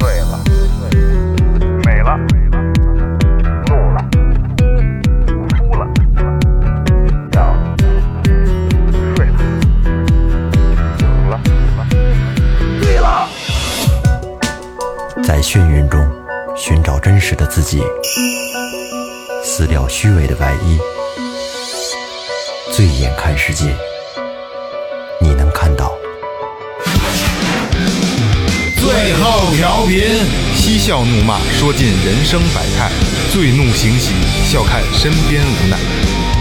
了，美了，怒了，哭了，笑了，睡了，醒了，醉了。 在眩晕中寻找真实的自己，撕掉虚伪的外衣，醉眼看世界，你能看到。 最后调频，嬉笑怒骂，说尽人生百态；醉怒行喜，笑看身边无奈。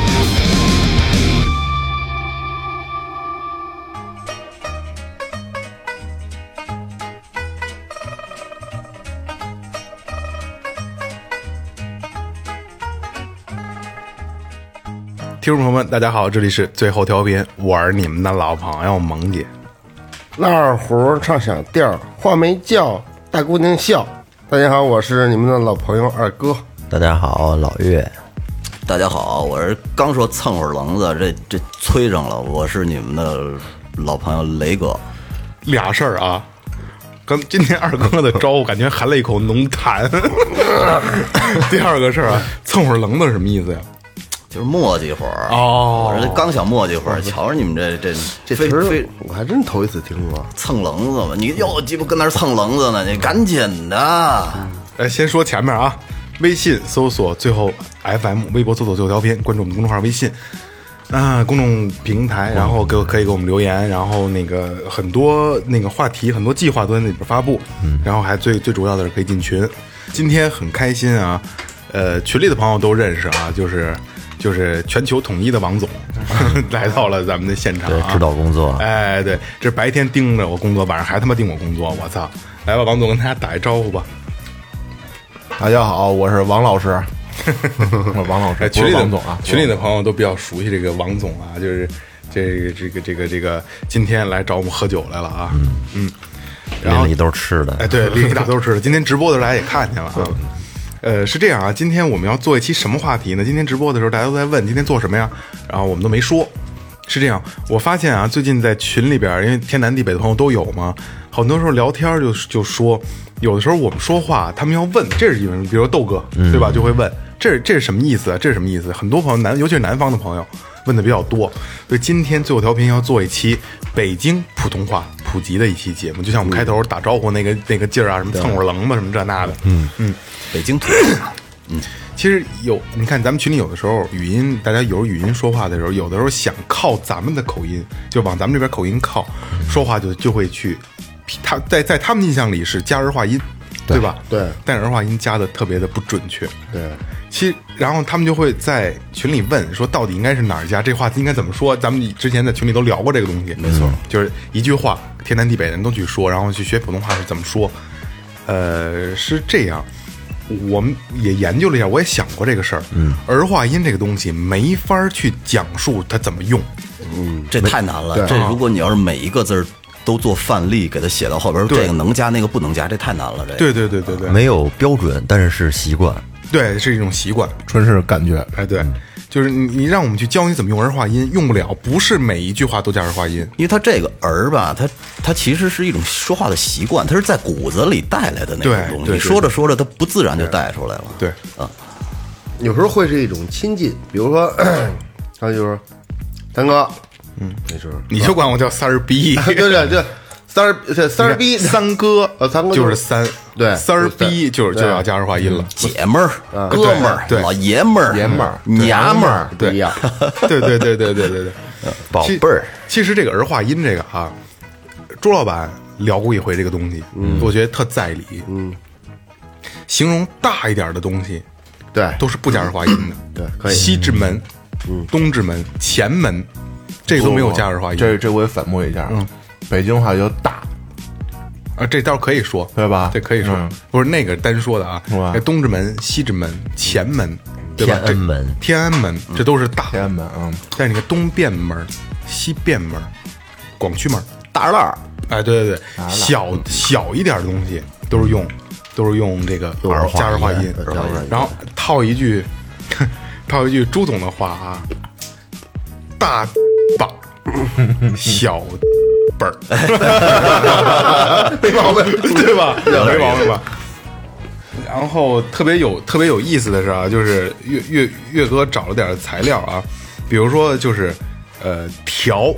听众朋友们，大家好，这里是最后调频，我是你们的老朋友萌姐。 拉二胡唱小调，话没叫，大姑娘笑。大家好，我是你们的老朋友二哥。 大家好，老岳。 大家好，我是刚说蹭会儿棱子，这催上了。我是你们的老朋友雷哥。 俩事儿啊，今天二哥的招呼感觉含了一口浓痰。第二个事儿啊，蹭会儿棱子是什么意思呀？ 就是磨叽会儿哦， 我这刚想磨叽会儿，瞧着你们这词儿，我还真头一次听说。 蹭棱子嘛，你又鸡巴跟那儿蹭棱子呢，你赶紧的。 先说前面啊，微信搜索最后 FM， 微博搜索最后调频，关注我们公众号微信公众平台，然后可以给我们留言，然后那个很多那个话题，很多计划都在那里边发布，然后还最主要的是可以进群。今天很开心啊，群里的朋友都认识啊，就是全球统一的王总来到了咱们的现场、啊， 对，指导工作。 哎，对，这白天盯着我工作，晚上还他妈盯我工作，我操！来吧，王总跟大家打一招呼吧。 大家好，我是王老师。我是王老师， 群里的王总啊， 群里的朋友都比较熟悉这个王总啊，就是这个今天来找我们喝酒来了啊，然后里都是吃的， 哎，对，里大都是吃的。今天直播的时候大家也看见了啊。是这样啊，今天我们要做一期什么话题呢？今天直播的时候大家都在问今天做什么呀，然后我们都没说。是这样，我发现啊，最近在群里边，因为天南地北的朋友都有嘛，很多时候聊天就说，有的时候我们说话，他们要问，这是因为，比如说豆哥，对吧，就会问，这是什么意思啊？这是什么意思？很多朋友尤其是南方的朋友问的比较多，所以今天最后调频要做一期北京普通话普及的一期节目，就像我们开头打招呼那个劲儿啊，什么蹭会儿棱子什么这那的， 北京土， 其实你看咱们群里有的时候语音，大家有时候语音说话的时候，有的时候想靠咱们的口音，就往咱们这边口音靠，说话就会去，在他们印象里是加儿化音，对吧？ 对， 但儿化音加的特别的不准确。 对， 其实然后他们就会在群里问说，到底应该是哪儿加？这话应该怎么说？咱们之前在群里都聊过这个东西，没错，就是一句话，天南地北的人都去说，然后去学普通话是怎么说。是这样。我们也研究了一下，我也想过这个事儿。儿化音这个东西没法去讲述它怎么用。 这太难了。这如果你要是每一个字都做范例，给它写到后边，这个能加那个不能加，这太难了。这对， 没有标准，但是是习惯。对， 是一种习惯， 纯是感觉。 哎，对。就是你让我们去教你怎么用儿化音，用不了，不是每一句话都加儿化音， 因为它这个儿吧，它其实是一种说话的习惯，它是在骨子里带来的那种东西。你说着说着，它不自然就带出来了。 对， 有时候会是一种亲近，比如说，他就说，三哥，那时候你就管我叫三儿逼， 对。三儿逼， 三哥， 三哥就是三，对，三儿逼就要加儿化音了， 姐们儿、哥们儿、老爷们儿、娘们儿， 对一样， 对， 宝贝儿。 其实这个儿化音这个啊，朱老板聊过一回这个东西，我觉得特在理，形容大一点的东西， 对， 都是不加儿化音的， 对，可以。 西直门、东直门、前门，这都没有加儿化音。 这我也反驳一下，北京话叫大啊，这倒是可以说， 对吧？ 这可以说，不是那个单说的啊。东直门、西直门、前门，对吧？天安门，这都是大天安门。 但是你看东便门、西便门、广渠门、 大栅栏， 哎，对，小一点的东西都是用这个加儿化音，然后套一句朱总的话啊，大把小倍儿，没毛病，对吧？没毛病吧？然后特别有意思的是啊，就是岳哥找了点材料啊，比如说就是条，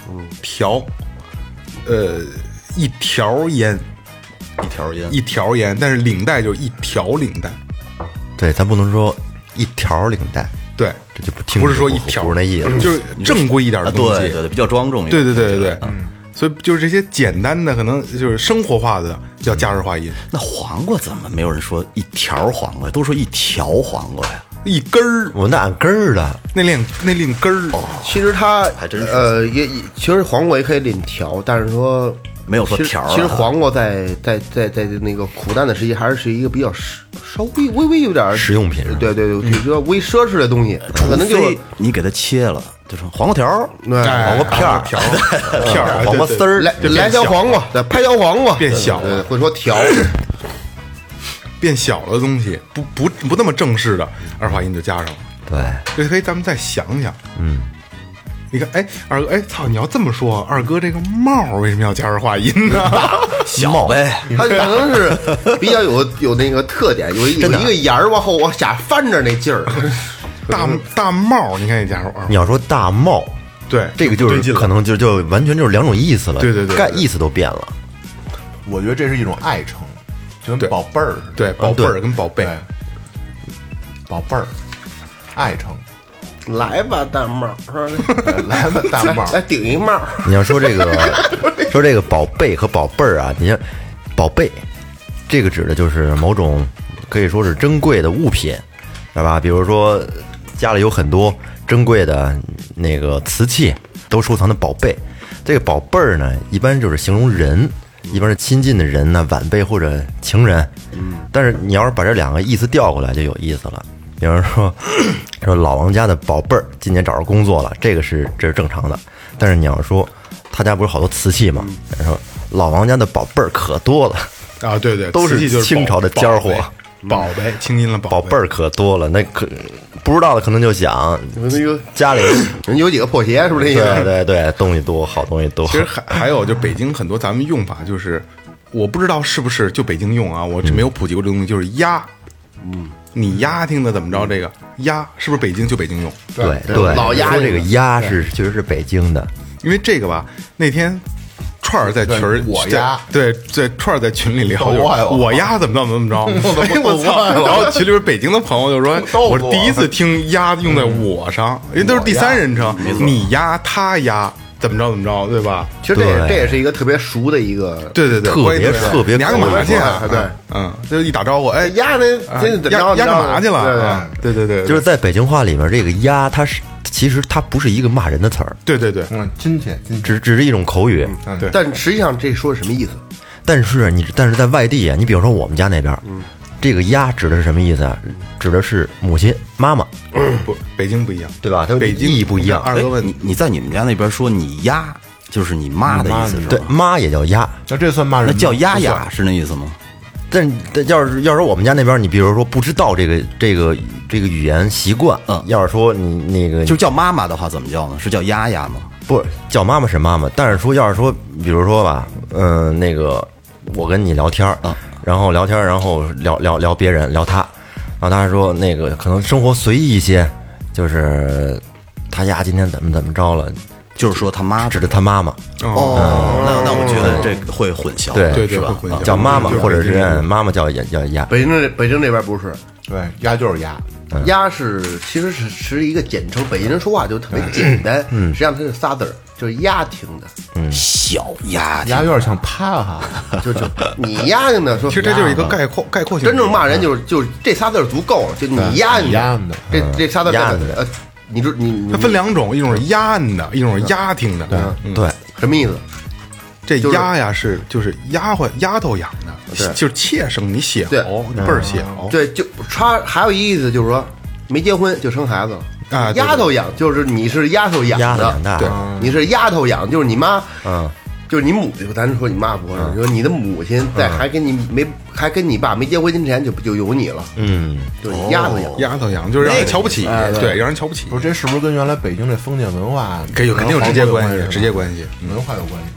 一条烟，一条烟，但是领带就是一条领带， 对，咱不能说一条领带， 对， 这就不是说一条， 不是那意思， 就是正规一点的东西， 对，比较庄重一对点。 所以就是这些简单的，可能就是生活化的叫加热化音。 那黄瓜怎么没有人说一条黄瓜，都说一条黄瓜呀？ 一根儿， 我那按根儿的， 那练根儿。 其实它还真是其实黄瓜也可以拎条，但是说没有说条儿啊。 其实黄瓜在那个苦难的时期，还是一个比较稍微有点实用品。 对，就是说微奢侈的东西，可能就你给它切了，就是黄瓜条儿、 黄瓜片儿、 片儿、 黄瓜丝儿， 来条黄瓜，拍条黄瓜变小了， 会说条。 变小了的东西，不那么正式的儿化音就加上了。 对， 这可以咱们再想想。你看，哎，二哥，哎，操！你要这么说，二哥这个帽为什么要加儿化音呢？ 小呗， 它可能是比较有那个特点，有一个眼儿往下翻着那劲儿。 大帽，你看也加上儿。 你要说大帽， 对， 这个就是可能就完全就是两种意思了， 对， 意思都变了。 我觉得这是一种爱称，就跟宝贝儿似的。 对，宝贝儿跟宝贝， 宝贝儿，爱称。 来吧，大帽， 来吧，大帽， 来顶一帽。 你要说这个宝贝和宝贝儿啊，你像宝贝，这个指的就是某种可以说是珍贵的物品，知道吧？比如说家里有很多珍贵的那个瓷器，都收藏的宝贝。这个宝贝儿呢，一般就是形容人，一般是亲近的人呢，晚辈或者情人。但是你要是把这两个意思调过来，就有意思了。比如说老王家的宝贝儿今年找着工作了，这是正常的。但是你要说他家不是好多瓷器吗？然后老王家的宝贝儿可多了啊，对， 都是清朝的尖货， 宝贝，清金了宝贝儿可多了。那可不知道的可能就想家里人有几个破鞋，是不是这个？ 对，东西多，好东西多。 其实还有就北京很多咱们用法就是，我不知道是不是就北京用啊，我是没有普及过这东西，就是鸭。你鸭听的怎么着？这个鸭是不是北京就北京用？ 对， 老鸭说这个鸭是确实是北京的， 因为这个吧，那天串儿在群儿， 我鸭对，串儿在群里聊，我鸭怎么着，哎我操！然后群里边北京的朋友就说，我是第一次听鸭用在我上，因为都是第三人称，你鸭他鸭。怎么着，对吧？ 其实这也是一个特别熟的一个， 对， 特别你干嘛去啊？ 对， 就一打招呼，哎， 鸭呢？ 鸭干嘛去了？对， 就是在北京话里面，这个鸭其实它不是一个骂人的词儿， 对， 亲切， 只是一种口语， 对。 但实际上这说的什么意思？ 但是在外地啊，你比如说我们家那边，这个鸭指的是什么意思啊？指的是母亲妈妈。 不，北京不一样， 对吧？它北京意义不一样。 二哥问你在你们家那边说你鸭，就是你妈的意思是吧？ 对，妈也叫鸭， 那这算骂人？ 那叫鸭是那意思吗？ 但要是我们家那边，你比如说不知道这个语言习惯，要是说你那个就叫妈妈的话怎么叫呢？是叫鸭吗？ 不叫妈妈是妈妈，但是说要是说比如说吧，那个我跟你聊天然后聊天，然后聊别人，聊他，然后他说那个可能生活随意一些，就是他丫今天怎么着了， 就是说他妈指的他妈妈。 那我觉得这会混淆， 对， 是吧？ 叫妈妈或者是妈妈叫鸭。 北京这边不是， 对，鸭就是鸭。 鸭其实是一个简称，北京人说话就特别简单，实际上它是仨字儿，就是鸭听的， 小鸭有点像他哈， 就你鸭听的说， 其实这就是一个概括性， 真正骂人就是这仨字儿足够了，就你鸭的，这仨字儿你它分两种，一种是鸭的，一种是鸭听的， 对， 什么意思？ 这鸭呀就是丫头养的，就是妾生，你血猴，你倍儿血猴。 对，就他还有一意思就是说，没结婚就生孩子了啊。 丫头养就是你是丫头养的，对，你是丫头养，就是你妈，就是你母亲，咱说你妈不合适，说你的母亲在还跟你爸没结婚之前就有你了，就是丫头养就是让人瞧不起，对，让人瞧不起。 不是这是不是跟原来北京这封建文化肯定有直接关系，文化有关系。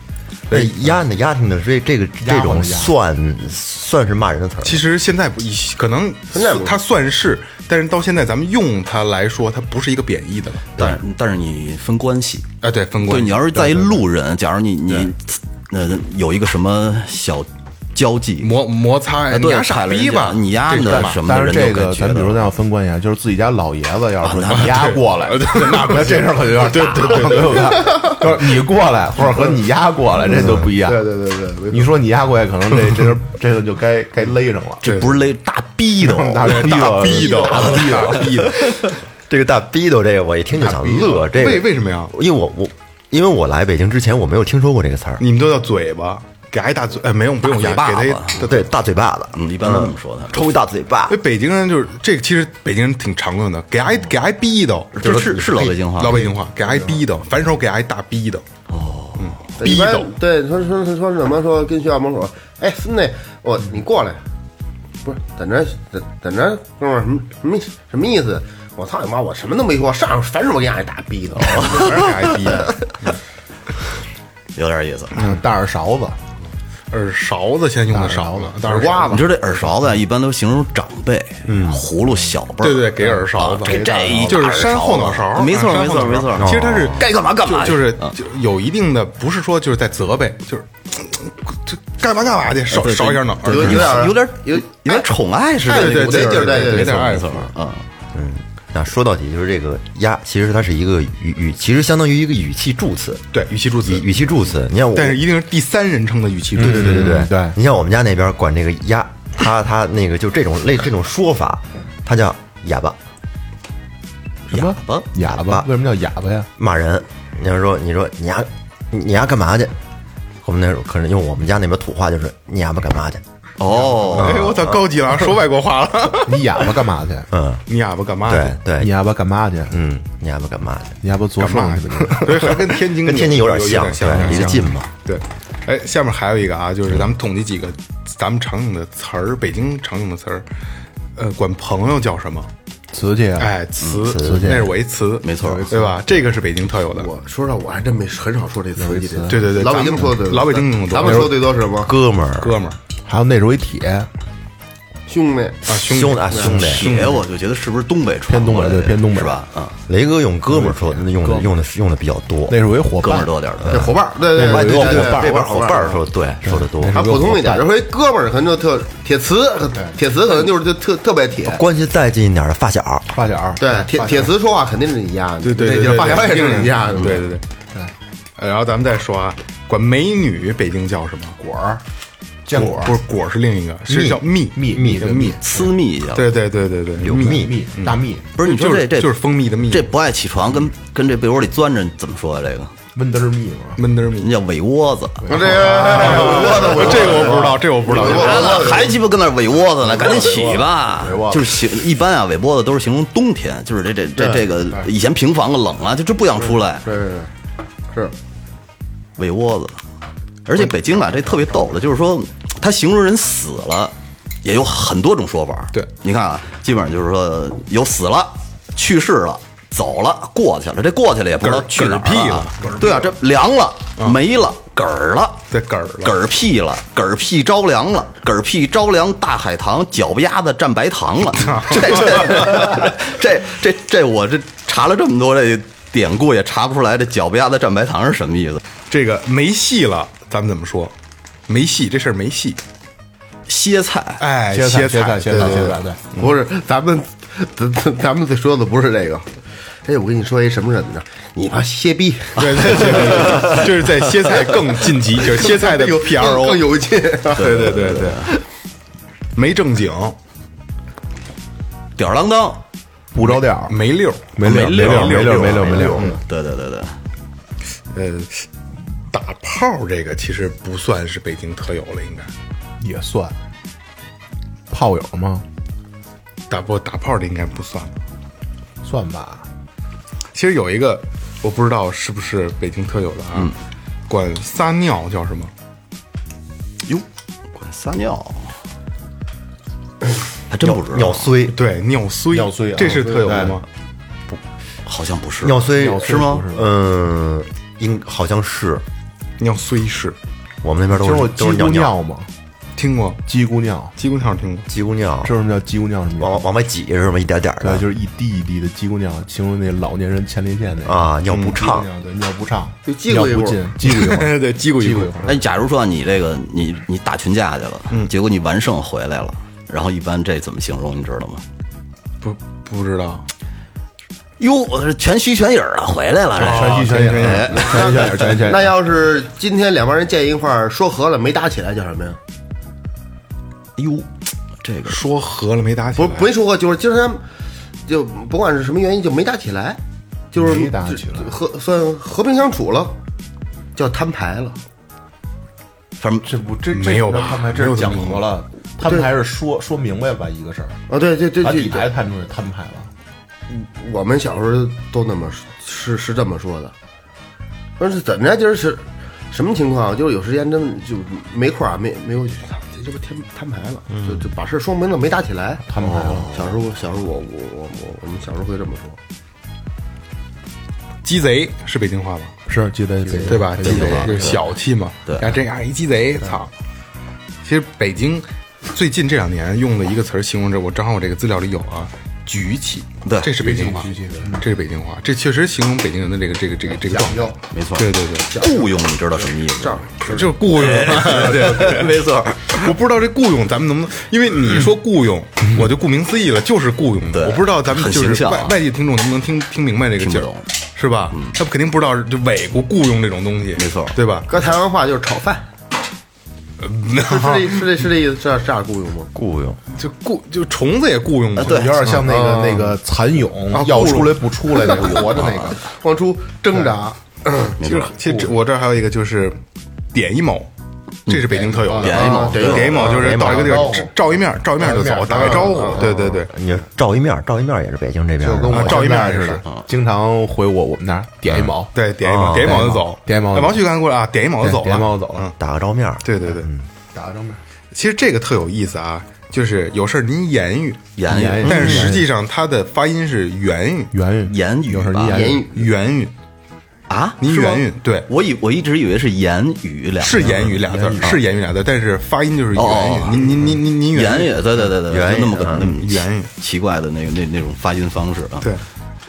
丫呢？丫听的是这种算是骂人的词儿。 其实现在可能它算是，但是到现在咱们用它来说，它不是一个贬义的了。 但是你分关系啊，对，分关系。 对，你要是在一路人，假如你有一个什么小交际摩擦呀，你丫傻逼吧， 你丫的什么的人但是这个都觉得咱比如这样分关系啊，就是自己家老爷子要是说你丫过来，那这事儿可就有点大，对，就是你过来或者和你丫过来，这就不一样。 对， 你说你丫过来，可能这个就该勒上了。 这不是勒大逼斗， 大逼斗。 这个大逼斗，这个我一听就想乐。这个为什么呀？ 因为我来北京之前我没有听说过这个词儿。 你们都叫嘴巴。给他一大嘴，不用给他对大嘴巴子， 一般都这么说的， 抽一大嘴巴。 因为北京人就是这个，其实北京人挺常用的，给他一逼斗， 是老北京话， 老北京话，给他一逼斗，反手给他一大逼斗。逼斗， 对，说什么说跟学校门口，哎，孙子，你过来，不是等着，哥们儿，什么意思？我操你妈！我什么都没说，上反手给他一大逼斗， 反手给他一逼斗， 有点意思。 大耳勺子。 耳勺子现在用的少了，耳刮子。 你知道这耳勺子一般都形容长辈，葫芦小辈儿。 对，给耳勺子， 这一就是扇后脑勺。 没错。 其实它是该干嘛干嘛， 就是有一定的，不是说就是在责备，就是干嘛去，烧一下脑， 有点宠爱似的， 对， 没错啊。 那说到底就是这个鸭，其实它是一个其实相当于一个语气助词。 对，语气助词。你看， 但是一定是第三人称的语气助词。 对。你像我们家那边管这个鸭，他那个就这种说法，他叫哑巴。 什么？哑巴？为什么叫哑巴呀？ 骂人。你说你丫干嘛去？我们那时候可能用我们家那边土话就是你哑巴干嘛去？ 哎，我操，高级了，说外国话了。 你哑巴干嘛去？ 你哑巴干嘛去？ 对， 你哑巴干嘛去？ 你哑巴干嘛去？ 你哑巴做生意去？ 所以还跟天津有点像，对，离得近嘛。 对，哎，下面还有一个啊，就是咱们统计几个咱们常用的词儿，北京常用的词儿，管朋友叫什么？ 瓷器。 哎，瓷器，那是我一瓷， 没错， 对吧？这个是北京特有的。 我说实话，我还真很少说这瓷器。 对， 老北京说的， 老北京用的多。 咱们说最多是什么？ 哥们儿。 还有那时候一铁。 兄弟啊，兄弟， 铁我就觉得是不是东北偏东北，对，偏东北是吧？啊， 雷哥用哥们儿说用的比较多， 那是为伙伴多点的， 这伙伴，对， 这边伙伴说的多， 还普通一点，这回哥们儿可能就特铁瓷可能就是特别铁， 关系再近一点的发小， 对，铁瓷说话肯定是你家的， 对， 发小也是你家的， 对。然后咱们再说啊，管美女北京叫什么？ 果儿。 坚果不是果是另一个，是叫蜜， 私蜜叫。 对， 有蜜大蜜。 不是你说这就是蜂蜜的蜜， 这不爱起床跟这被窝里钻着怎么说这个？ 闷墩蜜嘛， 那叫尾窝子。 这个我不知道， 还鸡巴跟那尾窝子呢，赶紧起吧。就是一般啊，尾窝子都是形容冬天，就是这个以前平房冷啊，就这不想出来。 是尾窝子。而且北京啊，这特别逗的，就是说，他形容人死了，也有很多种说法。 对， 你看啊，基本上就是说，有死了、去世了、走了、过去了。这过去了也不知道去哪儿了。对啊，这凉了、没了、嗝儿了， 对，嗝儿屁了，嗝屁着凉了，嗝屁着凉大海棠，脚不丫子蘸白糖了。这我这查了这么多这典故也查不出来，这脚不丫子蘸白糖是什么意思？ 这个没戏了。咱们怎么说？没戏，这事儿没戏。 歇菜， 哎， 歇菜，对， 不是咱们最说的不是这个。哎，我跟你说一什么人呢？你妈歇逼， 对，就是在歇菜更晋级，就是歇菜的 PRO 更有劲。 对，没正经， 吊儿郎当， 不着调， 没溜， 对。 打炮这个其实不算是北京特有了，应该也算炮友吗？ 打炮的应该不算吧？ 算吧。 其实有一个我不知道是不是北京特有的啊，管撒尿叫什么？ 哟，管撒尿，还真不知道。 尿衰， 对，尿衰，这是特有的吗？ 不，好像不是。 尿衰是吗？ 好像是。 尿衰是我们那边听过都是鸡姑尿尿吗？ 听过鸡姑尿， 鸡公跳听过， 鸡姑尿， 知道什么叫鸡姑尿什么意思？ 往外挤是吗？一点点对， 的， 就是一滴一滴的鸡姑尿，形容那老年人前列腺那个啊，尿不畅， 对，尿不畅， 就叽咕一会儿尿不尽，叽咕一会儿， 对，叽咕一会儿。 哎，假如说你这个你打群架去了，结果你完胜回来了，然后一般这怎么形容你知道吗？ 不知道， 哟，我这全虚全影啊，回来了， 全虚全影，全虚全影，全虚全影。 那要是今天两帮人见一块儿说和了没打起来，叫什么呀？ 哟，这个说和了没打起来， 不没说和，就是他们就不管是什么原因就没打起来，就是没打起来算和平相处了，叫摊牌了。 反正这没有吧摊牌，这是讲和了，摊牌是说明白了吧一个事儿， 啊，对， 把底牌摊出来，摊牌了。 我们小时候都那么是这么说的。但是怎么着，就是什么情况？就是有时间真就没块儿没有，这不摊牌了，就把事说明了，没打起来， 摊牌了。 小时候我们小时候会这么说。 鸡贼是北京话吧？ 是鸡贼， 对吧？鸡贼就是对小气嘛。 对然后这样一鸡贼，操！其实北京最近这2年用的一个词儿形容这，我正好我这个资料里有啊，局气。 对这是北京话，这是北京话，这确实形容北京人的这个状态。 没错， 对， 雇佣你知道什么意思？ 就是雇佣，对，没错。我不知道这雇佣咱们能不能，因为你说雇佣，我就顾名思义了，就是雇佣。 对我不知道咱们就是很形象啊外地听众能不能听明白这个劲儿听不懂， 是吧？他们肯定不知道就尾雇佣这种东西， 没错对吧？ 搁台湾话就是炒饭，是这意思，这样雇佣吗？ 雇佣， 就虫子也雇佣嘛， 对有点像那个蚕蛹要出来不出来那个活的那个， 往出挣扎。 其实我这儿还有一个就是点一卯，这是北京特有的。 点一卯点一卯就是到一个地儿照一面就走，打个招呼。对， 你照一面也是北京这边的， 就跟我照一面似的，经常回我们那儿点一毛， 对，点一卯就走， 点一卯王旭刚过来啊，点一卯就走了， 点一卯走了， 打个照面。 对， 打个正面。 其实这个特有意思啊，就是有事儿您言语，但是实际上它的发音是元语， 言语有时候吧元语啊， 您是吗元语，对， 我一直以为是言语俩字， 是言语俩字儿，是言语俩字儿，但是发音就是元语。您言语，对， 元语那么个那么言语奇怪的那种发音方式啊。 对，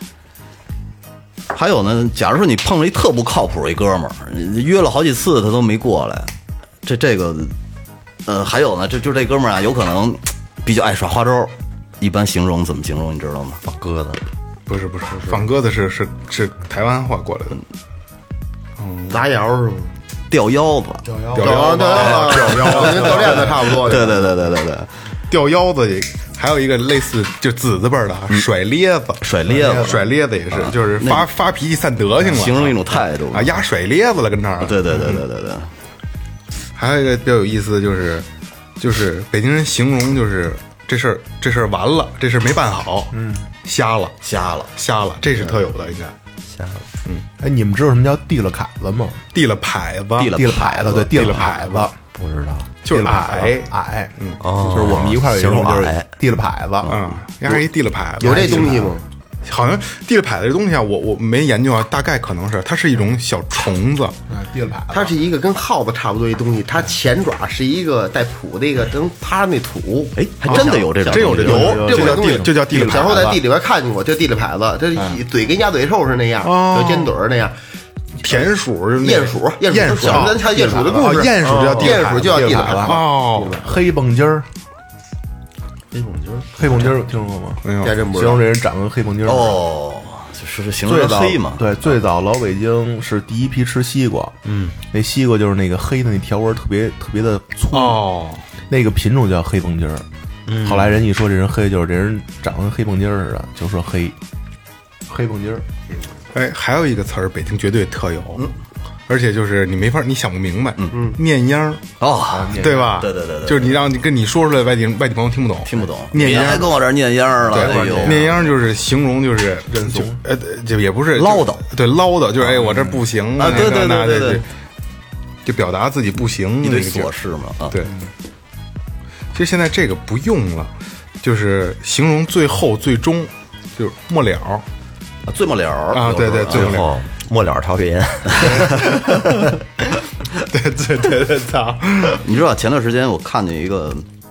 还有呢，假如说你碰着一特不靠谱一哥们儿，约了好几次他都没过来，这个，还有呢，就这哥们儿啊，有可能比较爱耍花招，一般形容怎么形容你知道吗？ 放鸽子， 不是，放鸽子是台湾话过来的， 砸窑是吗？ 吊腰子， 吊腰跟吊链子差不多。 对， 吊腰子也还有一个类似就子字辈儿的甩咧子， 甩咧子， 甩咧子也是，就是发脾气散德性了， 形容一种态度啊，压甩咧子了跟这儿。 对。 还有一个比较有意思的就是北京人形容就是这事儿完了，这事儿没办好，瞎了，这是特有的，应该瞎了。 哎，你们知道什么叫递了凯子吗？ 递了牌子， 递了牌子，对，递了牌子， 不知道， 就是矮，就是我们一块儿有一形容种就是矮递了牌子， 应该是一递了牌子， 有这东西吗？ 好像递了牌子这东西啊，我没研究啊，大概可能是它是一种小虫子， 递了牌子， 它是一个跟耗子差不多一东西，它前爪是一个带蹼的一个，能趴那土。 哎，还真的有这种， 真有这种，就叫递了牌子。 小时候在地里边看见过，就递了牌子，这嘴跟鸭嘴兽是那样，就尖嘴那样。 田鼠、 鼹鼠，小时候咱看鼹鼠的故事， 鼹鼠就叫递了牌子。 哦，黑蹦筋儿。黑蹦筋儿有听说过吗？ 没有， 形容这人长跟黑蹦筋儿。 哦，就是形容人黑嘛。 对，最早老北京是第一批吃西瓜，那西瓜就是那个黑的那条纹特别的粗，那个品种叫黑蹦筋儿。后来人一说这人黑，就是这人长得跟黑蹦筋儿似的，就说黑蹦筋儿。 哎，还有一个词儿，北京绝对特有，而且就是你想不明白，念秧对吧？ 对， 就是你跟你说出来，外地朋友听不懂，念秧别跟我这儿念秧了， 对，念秧就是形容就是认怂， 就也不是唠叨， 对，唠叨就是哎，我这不行啊，对， 就表达自己不行一堆琐事嘛，啊， 对。其实现在这个不用了，就是形容最后最终就是末了。 最末了啊，对，最末了， 末了调频。 对，操！ 你知道前段时间我看见一个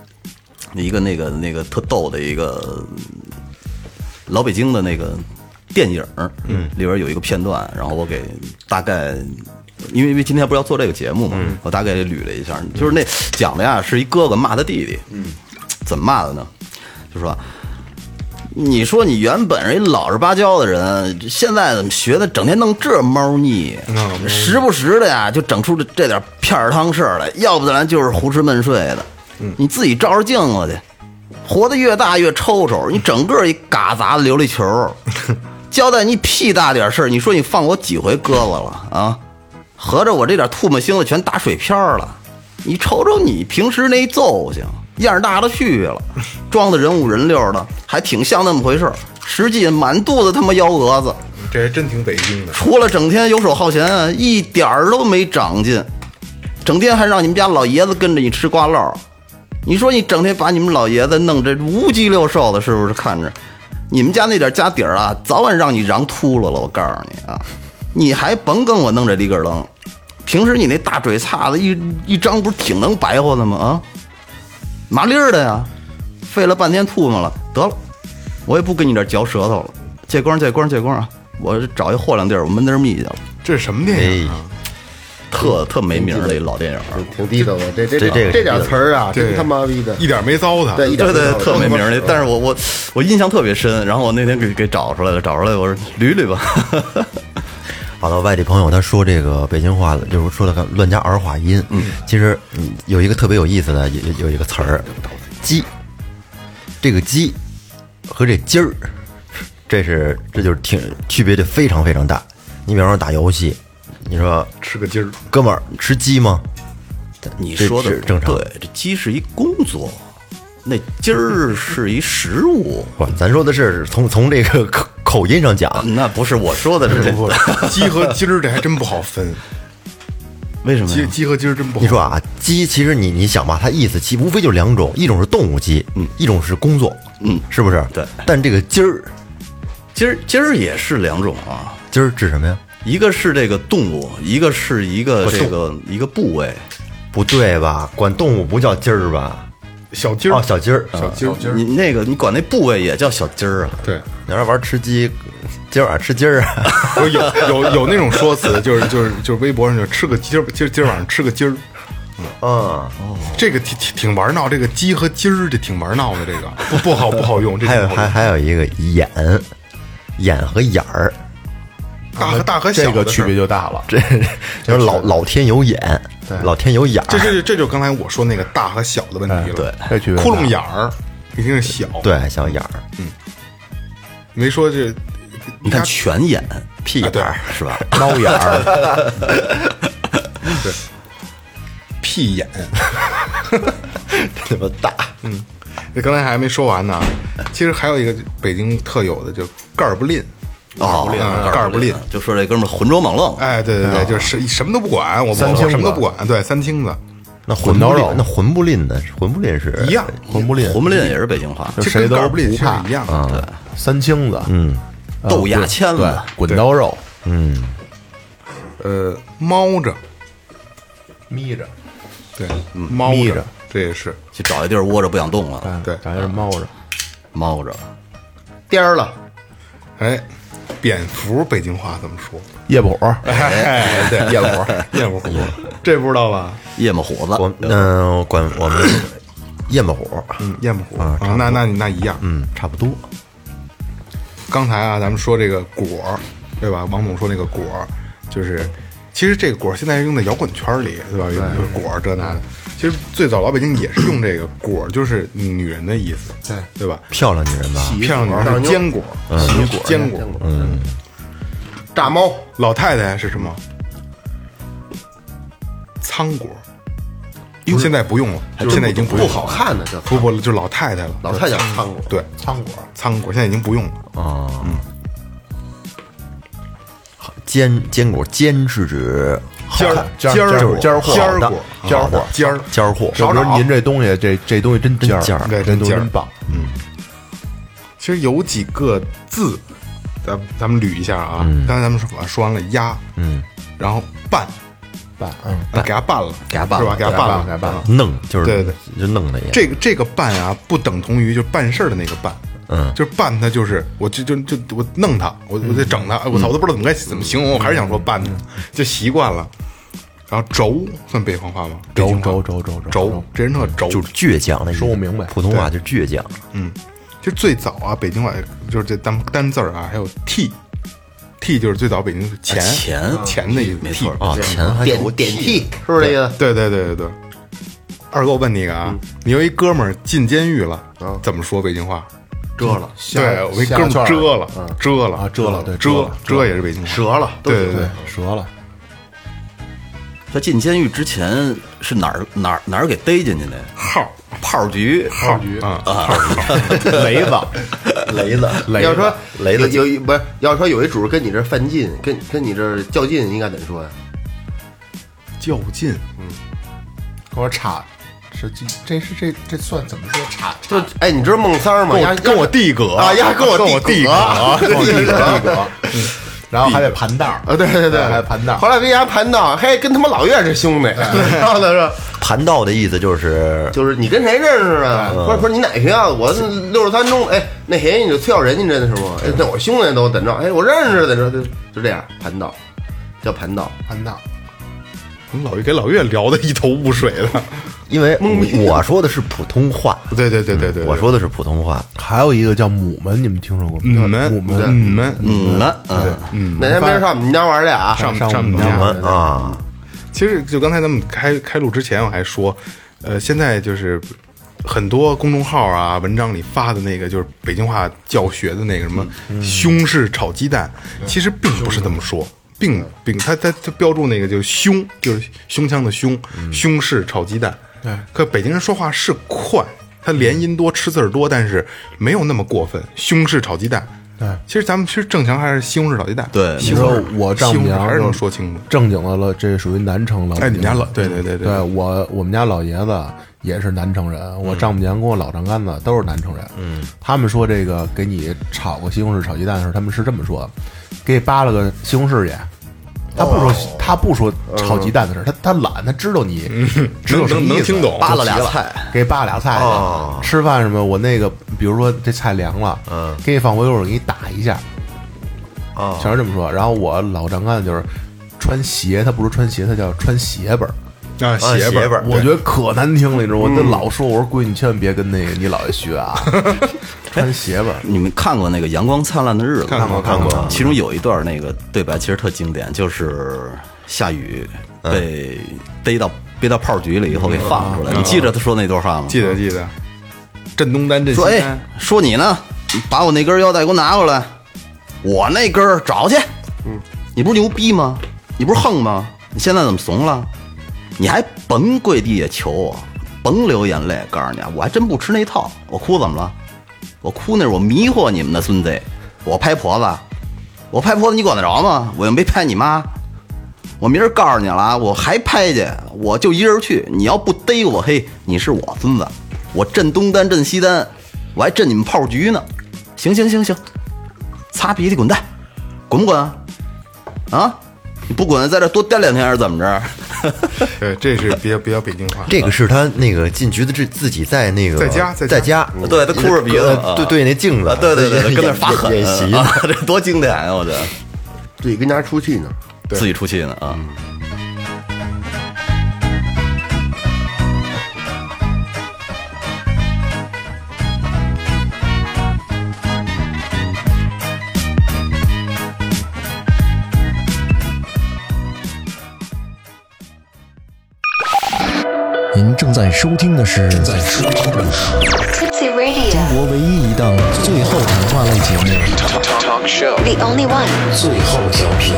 特逗的一个老北京的那个电影，里边有一个片段，然后我给大概，因为今天不是要做这个节目嘛，我大概捋了一下，就是那讲的呀是一哥哥骂他弟弟，怎么骂的呢？就说。你说你原本是一老实巴交的人，现在怎么学的整天弄这猫腻？时不时的呀，就整出这点片儿汤事儿来，要不然就是胡吃闷睡的。你自己照着镜子去，活得越大越抽抽，你整个一嘎杂的琉璃球。交代你屁大点事儿，你说你放我几回鸽子了啊？合着我这点唾沫星子全打水漂了。你瞅瞅你平时那奏性。样大了去了，装的人五人六的，还挺像那么回事儿。实际满肚子他妈幺蛾子， 这还真挺北京的。 除了整天游手好闲，一点儿都没长进，整天还让你们家老爷子跟着你吃瓜烙。你说你整天把你们老爷子弄这无鸡六兽的，是不是？看着你们家那点家底儿啊，早晚让你瓤秃噜了。我告诉你啊，你还甭跟我弄这里个楞。平时你那大嘴叉子一张，不是挺能白活的吗？啊！麻利儿的呀，费了半天吐沫了，得了，我也不跟你这嚼舌头了。借光啊！我找一货亮地儿，我闷那儿密去了。 这是什么电影啊？ 特没名的一老电影， 挺地道的。这点词儿啊，真他妈逼的， 一点没糟蹋。 对， 特没名的。但是我印象特别深，然后我那天给找出来了，我说捋捋吧。 好的，外地朋友他说这个北京话，就是说的乱加儿化音。其实有一个特别有意思的，有一个词儿，鸡。这个鸡和这鸡儿，这就是挺区别，就非常非常大。你比方说打游戏，你说吃个鸡儿， 哥们儿吃鸡吗？ 你说的正常。 对，这鸡是一工作，那鸡儿是一食物。 咱说的是从这个口音上讲， 那不是我说的，是鸡和鸡儿这还真不好分。 为什么？ 鸡和鸡儿真不好。 你说啊，鸡其实你想吧，它意思其无非就两种，一种是动物鸡，一种是工作，是不是？ 对。 但这个鸡儿也是两种啊。 鸡儿指什么呀？ 一个是这个动物，一个是一个一个部位。 不对吧？管动物不叫鸡儿吧？ 小鸡儿哦，小鸡儿， 小鸡儿。 你管那部位也叫小鸡儿啊？ 对， 你要玩吃鸡，今儿晚上吃鸡儿啊？ 有那种说辞，就是微博上就吃个鸡儿，今儿晚上吃个鸡儿。这个挺玩闹，这个鸡和鸡儿这挺玩闹的，这个不好用。这还有一个眼和眼儿， 大和小这个区别就大了。 这就是老天有眼，老天有眼儿。 这就刚才我说那个大和小的问题了。 对， 这区别窟窿眼儿一定是小。 对，小眼儿。 没说这， 你看全眼屁眼儿是吧？ 猫眼儿， 对，屁眼， 这么大。 这刚才还没说完呢。其实还有一个北京特有的，就盖儿不吝。盖儿不吝， 就说这哥们儿浑浊猛愣。 哎，对，就是什么都不管，我什么都不管。对，三清子。 那混刀肉，那混不吝呢？混不吝是一样， 混不吝也是北京话， 就谁都不吝其实一样。 对， 三清子， 豆芽签子， 滚刀肉， 猫着， 眯着， 对，猫着，这也是去找一地儿窝着不想动了。 对， 找一地儿猫着， 颠儿了。 哎，蝙蝠北京话怎么说？ 夜不虎， 哎，对，夜不虎，这不知道吧？ 夜幕虎子， 管我们夜幕虎， 夜幕虎啊，那一样， 差不多。 刚才啊，咱们说这个果儿，对吧？王总说那个果儿，就是其实这个果儿现在用在摇滚圈里，对吧？有果儿这那的。其实最早老北京也是用这个果儿，就是女人的意思，对吧？ 漂亮女人吧？ 漂亮女人是坚果，坚果， 炸猫， 老太太是什么？苍果。现在不用了，现在已经不用了， 不好看的叫不，就老太太了。 老太太叫苍果， 对，苍果现在已经不用了。 坚果，坚是指尖儿货。 就比如您这东西，这东西真尖儿， 对， 这东西真棒。 其实有几个字， 咱们捋一下啊。刚才咱们说完了压，然后拌，给它拌了， 给它拌了是吧？给它拌了， 给它拌了， 弄就是对对， 就弄的也。 这个拌啊，不等同于就是办事儿的那个拌。就是拌它，就是我就我弄它，我得整它，我操，我都不知道怎么形容，我还是想说拌它，就习惯了。然后轴算北方话吗？ 轴， 这人特轴， 就是倔强的意思。 说不明白， 普通话就倔强。 就最早啊，北京话就是这单字啊，还有 T 就是最早北京钱的意思， 没错啊，钱还点 T 是不是这个？ 对。二哥，我问你一个啊，你有一哥们儿进监狱了，怎么说北京话？ 遮了， 对，我一哥们儿遮了， 对， 遮也是北京话， 折了， 对， 折了。 他进监狱之前是哪儿给逮进去的？炮局啊， 雷子。 要说雷子有不是？要说有一主跟你这犯禁，跟你这较劲，应该怎么说呀？ 较劲， 跟我插，这算怎么说插？ 就哎，你知道孟三儿吗？ 跟我弟哥啊，跟我弟哥。然后还得盘道啊，对， 还得盘道。 后来跟人家盘道，嘿，跟他妈老岳是兄弟。然后他说盘道的意思就是你跟谁认识啊？不是你哪学校？我63中，哎，那谁你就崔小人，你认识吗？哎，那我兄弟都怎着？哎，我认识怎着？就这样盘道，叫盘道。 老岳给老岳聊得一头雾水的， 因为我说的是普通话。 对， 我说的是普通话。 还有一个叫母门，你们听说过吗？母门， 哪天没人上我们家玩去啊？ 上我们家玩啊！其实就刚才咱们开录之前，我还说，现在就是很多公众号啊、文章里发的那个，就是北京话教学的那个什么胸式炒鸡蛋，其实并不是这么说。并他标注那个就是胸，就是胸腔的胸，胸式炒鸡蛋。对，可北京人说话是快，他连音多，吃字儿多，但是没有那么过分。胸式炒鸡蛋，对，其实咱们正常还是西红柿炒鸡蛋。 对， 你说我丈母娘还是能说清楚， 正经的了，这属于南城了。 哎，你们家老对， 我们家老爷子也是南城人，我丈母娘跟我老丈杆子都是南城人。他们说这个给你炒个西红柿炒鸡蛋的时候，他们是这么说的。给你扒了个西红柿去，他不说炒鸡蛋的事儿，他懒，他知道你能听懂， 扒了俩菜， 给扒俩菜吃饭什么，我那个比如说这菜凉了，给你放微波炉给你打一下，全是这么说。然后我老丈杆子就是穿鞋，他不是穿鞋，他叫穿鞋本啊，鞋本， 我觉得可难听了，你知道吗？我老说，我说闺女，你千万别跟那个你姥爷学啊。穿鞋本， 你们看过那个《阳光灿烂的日子》？ 看过。 其中有一段那个对白其实特经典，就是下雨被背到炮局里以后给放出来。你记着他说那段话吗？ 记得。震东单，震西单。 说哎，说你呢，你把我那根腰带给我拿过来，我那根找去。你不是牛逼吗？你不是横吗？你现在怎么怂了？你还甭跪地下求我，甭流眼泪。告诉你，我还真不吃那套。我哭怎么了？我哭那是我迷惑你们的孙子。我拍婆子，你管得着吗？我又没拍你妈。我明儿告诉你了，我还拍去，我就一人去。你要不逮我，嘿，你是我孙子。我震东单，震西单，我还震你们炮局呢。行，擦鼻涕滚蛋，滚不滚啊？你不滚，在这多待2天还是怎么着？ 对，这是比较北京话。 这个是他那个进局子自己在那个在家， 对他哭着鼻子， 对那镜子， 对，跟那发狠演习啊，这多经典啊！我觉得自己跟家出气呢， 自己出气呢啊。 您正在收听的是中国唯一一档最后谈话类节目 The only one 最后调频。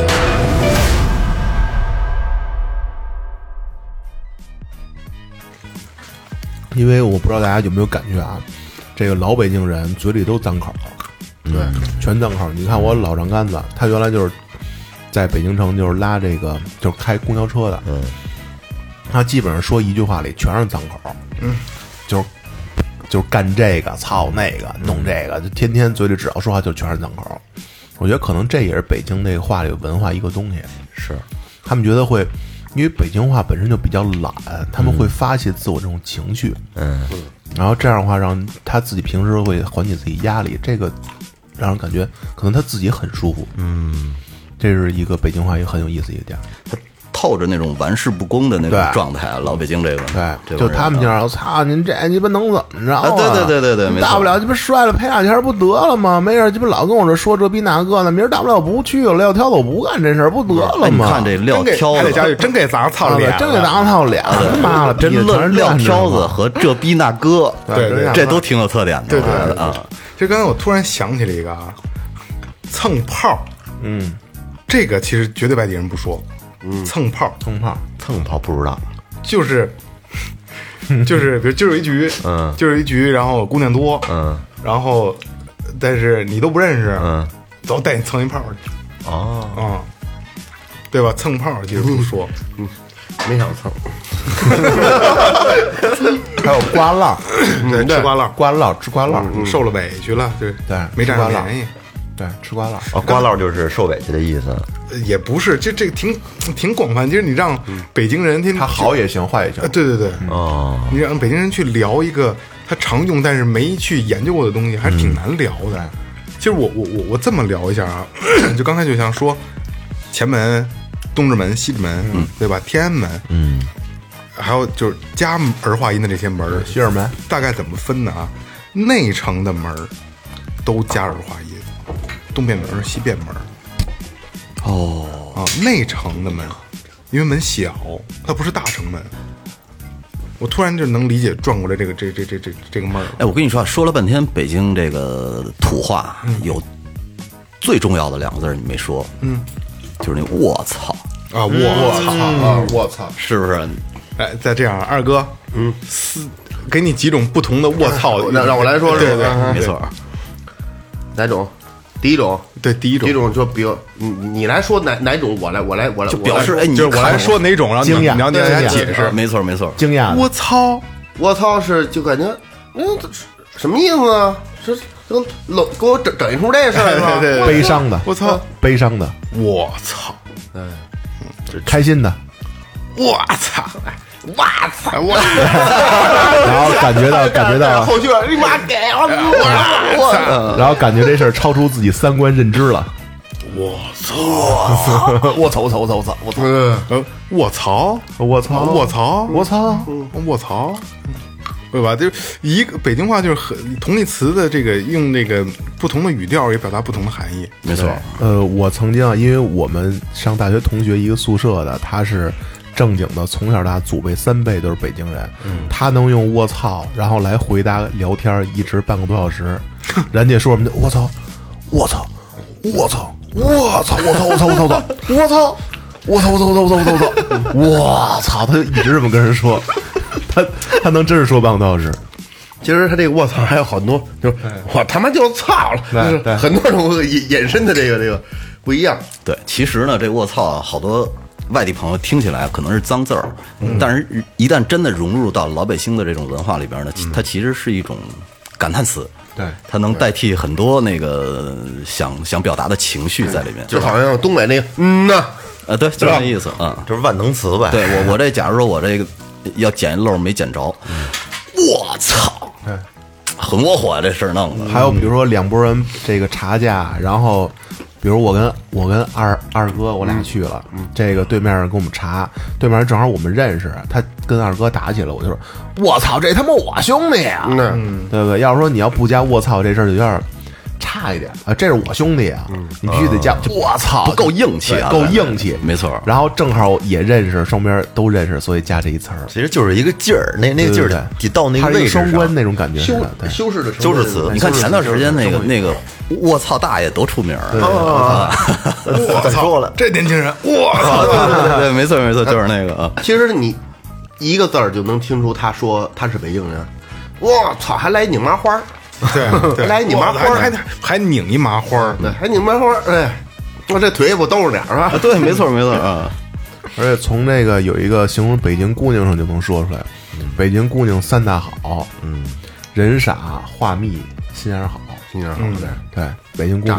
因为我不知道大家有没有感觉啊，这个老北京人嘴里都脏口，对，全脏口。你看我老丈杆子，他原来就是在北京城就是拉这个就是开公交车的，他基本上说一句话里全是脏口，就是干这个操那个弄这个，就天天嘴里只要说话就全是脏口。 我觉得可能这也是北京这个话里文化一个东西， 是他们觉得会，因为北京话本身就比较懒，他们会发泄自我这种情绪，然后这样的话让他自己平时会缓解自己压力，这个让人感觉可能他自己很舒服，这是一个北京话一个很有意思一个点。 透着那种玩世不恭的那种状态，老北京这个， 对，就他们家，我操，您这鸡巴能怎么着啊？ 对， 大不了鸡巴摔了赔2钱不得了吗？没事，鸡巴老跟我说这逼那个的，明儿大不了不去了，撂挑子我不干这事儿不得了吗？ 你看这撂挑子， 还得加句真给咱操脸， 真给咱操脸，妈了， 真论撂挑子和这逼那哥， 对， 这都挺有特点的。 对啊，其实刚才我突然想起了一个啊，蹭炮，这个其实绝对外地人不说。蹭炮不知道， 就是比如就是有一局，就是一局，然后姑娘多，然后但是你都不认识，走带你蹭一炮去，对吧？蹭炮其实不说， 没想蹭， 还有刮浪， 对，吃瓜浪， 吃瓜浪， 受了委屈了，对，没占上便宜。 对，吃瓜浪瓜烙就是受委屈的意思， 也不是，这个挺广泛。其实你让北京人他好也行，坏也行。 对，你让北京人去聊一个他常用但是没去研究过的东西，还是挺难聊的。其实我这么聊一下啊，就刚才就像说前门、东直门、西直门，对吧？天安门，还有就是加儿化音的这些门， 西直门大概怎么分呢？啊，内城的门都加儿化音。东便门、西便门，内城的门，因为门小，它不是大城门。我突然就能理解转过来这个门儿。 哎，我跟你说，说了半天北京这个土话，有最重要的2个字你没说，就是那我操啊，我操啊， 我操， 是不是？ 哎，再这样，二哥，给你几种不同的我操， 让我来说， 对， 没错。 哪种？第一种， 对，第一种就比如你来说哪种，我来， 就表示就是我来说哪种，然后你要解释， 没错， 惊讶。 我操是就感觉什么意思啊？是给我整一出这事儿吗？ 对， 悲伤的， 我操， 悲伤的， 我操， 开心的， 我操。 然后感觉到后续你妈给我，然后感觉这事儿超出自己3观认知了。 我操！对吧？就是一个北京话，就是同义词的这个用那个不同的语调也表达不同的含义。 没错。 我曾经啊，因为我们上大学同学一个宿舍的，他是正经的，从小到大祖辈3辈都是北京人，他能用我操然后来回答聊天，一直半个多小时。人家说什么我操，我操，我操，我操，我操，我操，我操，我操，我操，我操，我操，我操，我操，我操，我操，他就一直这么跟人说。他能真是说半个多小时。 其实他这个卧槽还有很多，就是我他妈就操了，就是很多种引申的这个不一样。 对，其实呢，这卧槽好多外地朋友听起来可能是脏字儿，但是一旦真的融入到老百姓的这种文化里边呢，它其实是一种感叹词。 对， 它能代替很多那个想表达的情绪在里面， 就好像东北那个对，就这意思啊， 就是万能词呗。 对我这，假如说我这个要捡一漏没捡着，我操，很窝火这事儿弄的。 还有比如说2拨人这个查架，然后比如我跟二哥我俩去了，这个对面人跟我们查，对面人正好我们认识，他跟二哥打起来，我就说我操，这他妈我兄弟呀，对不对？要是说你要不加我操这事儿就有点差一点啊，这是我兄弟啊，你必须得加我操， 不够硬气啊， 够硬气， 没错。 然后正好也认识，双边都认识，所以加这一词儿， 其实就是一个劲儿，那个劲儿得到那个位置上， 双关那种感觉， 修饰词。 你看前段时间那个我操大爷多出名啊！ 我操了，这年轻人，我操，对，没错，就是那个啊。 其实你一个字儿就能听出他说他是北京人，我操，还来拧麻花。 对， 来你麻花还拧一麻花， 对，还拧麻花，哎，我这腿也不兜着点是吧？ 对，没错啊。 而且从这个有一个形容北京姑娘上就能说出来，北京姑娘3大好，人傻话密，心眼好， 对， 北京姑娘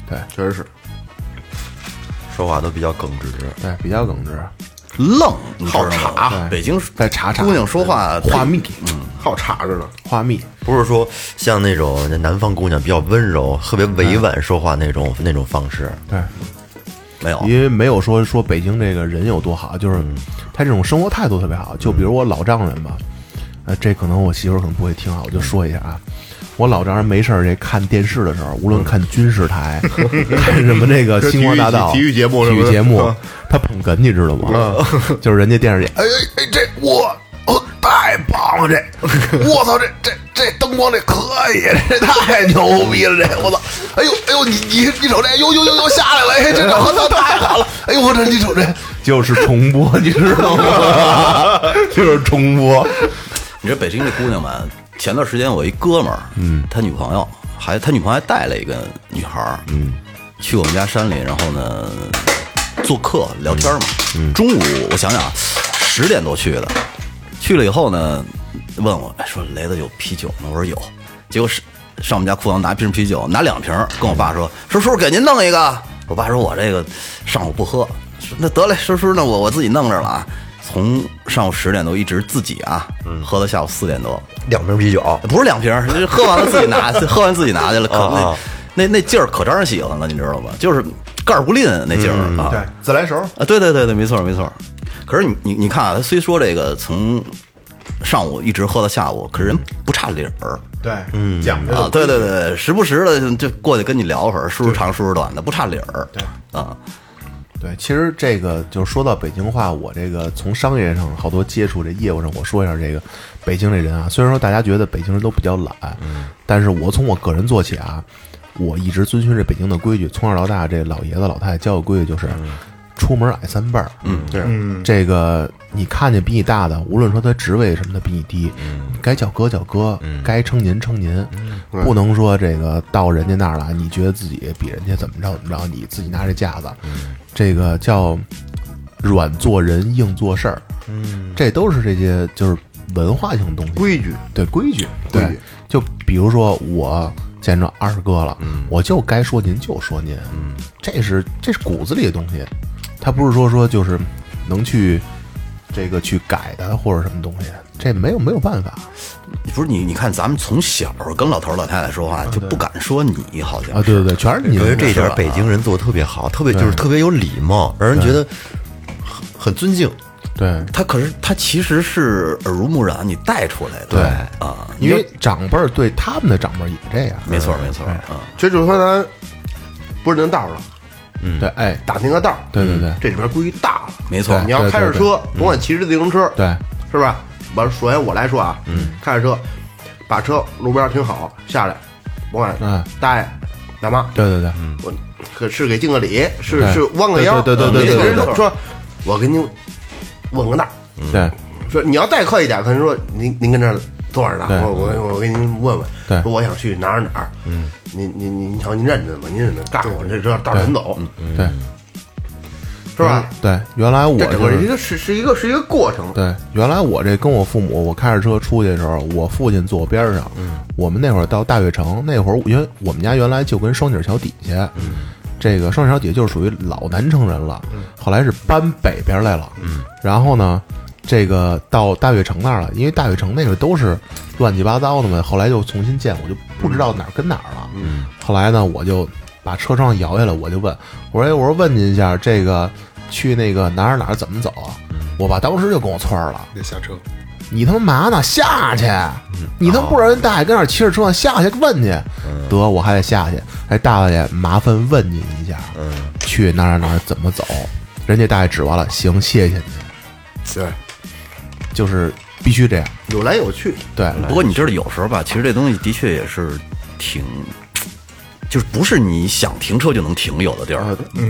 对， 确实是。 说话都比较耿直。 对，比较耿直， 愣，你知道吗？ 好茶北京在茶姑娘说话话密， 好插着呢。 话密， 不是说像那种南方姑娘比较温柔、特别委婉说话那种方式。 对， 没有， 因为没有说北京这个人有多好，就是他这种生活态度特别好。就比如我老丈人吧，这可能我媳妇儿可能不会听啊，我就说一下啊。我老丈人没事儿这看电视的时候，无论看军事台，看什么这个星光大道、 体育节目他捧哏，你知道吗？就是人家电视里，这太棒了，我操，这灯光这可以，这太牛逼了，这我操，哎呦，你瞅这，又下来了，这我操太好了，哎呦我这你瞅这就是重播，你知道吗？就是重播。 你说北京这姑娘们。前段时间我一哥们儿，他女朋友还带了一个女孩儿，去我们家山里，然后呢做客聊天嘛。中午我想想10点多去的，去了以后呢，问我说雷子有啤酒吗？我说有，结果是上我们家库房拿瓶啤酒，拿2瓶，跟我爸说叔叔给您弄一个。我爸说我这个上午不喝，说那得嘞，叔那我自己弄着了啊。从上午10点多一直自己啊，喝到下午4点多 ，2瓶啤酒， 不是2瓶，就是喝完了自己拿，喝完自己拿去了，可那劲儿可招人喜欢了，你知道吧？就是盖儿不吝那劲儿啊， 对，自来熟啊，对，没错。可是你看啊，他虽说这个从上午一直喝到下午，可是人不差理儿， 对，讲究啊，对，时不时的就过去跟你聊会儿，说长说短的，不差理儿， 对啊。 对，其实这个就是说到北京话，我这个从商业上好多接触这业务上，我说一下这个北京这人啊。虽然说大家觉得北京人都比较懒，但是我从我个人做起啊，我一直遵循这北京的规矩，从小到大，这老爷子老太太教我规矩就是出门挨3辈儿。 对， 这个你看见比你大的，无论说他职位什么的比你低，该叫哥叫哥，该称您称您，不能说这个到人家那儿了，你觉得自己比人家怎么着，你自己拿这架子。这个叫软做人硬做事儿，这都是这些就是文化性的东西， 规矩， 对规矩，对。就比如说我见着二哥了，我就该说您就说您，这是骨子里的东西，他不是说就是能去这个去改的或者什么东西，这没有办法。 不是你看咱们从小跟老头老太太说话就不敢说你，好像啊，对，全是你。 我觉得这一点北京人做的特别好，特别有礼貌，让人觉得很尊敬。 对， 他其实是耳濡目染你带出来的。 对啊， 因为长辈儿对他们的长辈儿也这样。 没错这就是说咱不是那道了。 对，哎， 打听个道， 对， 这里边规矩大了， 没错。 你要开着车，甭管骑着自行车， 对， 是吧？首先我来说啊，开着车，把车路边停好，下来，甭管大爷大妈， 对， 我可是给敬个礼，是弯个腰， 对， 人说，我给您问个道， 对， 说你要再客气点，可能说您跟这儿坐着呢，我给您问问， 对， 说我想去哪儿，您瞧您认得吗？您认得，告诉我这道怎么走， 对。 是吧？ 对，原来我整个是一个过程。 对，原来我这跟我父母，我开着车出去的时候，我父亲坐我边上。我们那会儿到大悦城，那会儿因为我们家原来就跟双井桥底下，这个双井桥底下就是属于老南城人了。后来是搬北边来了。然后呢，这个到大悦城那儿了，因为大悦城那个都是乱七八糟的嘛。后来就重新建，我就不知道哪儿跟哪儿了。后来呢，我就把车窗摇下来，我就问我说问您一下，这个去那个哪儿怎么走啊？我爸当时就跟我蹿了， 得下车。 你他妈嘛呢？下去！你他妈不知道人大爷跟那儿骑着车下去问去，得我还得下去。哎，大爷，麻烦问您一下，去哪儿怎么走？人家大爷指完了，行，谢谢您。 对， 就是必须这样， 有来有去。 对， 不过你知道，有时候吧，其实这东西的确也是挺。就是不是你想停车就能停，有的地儿，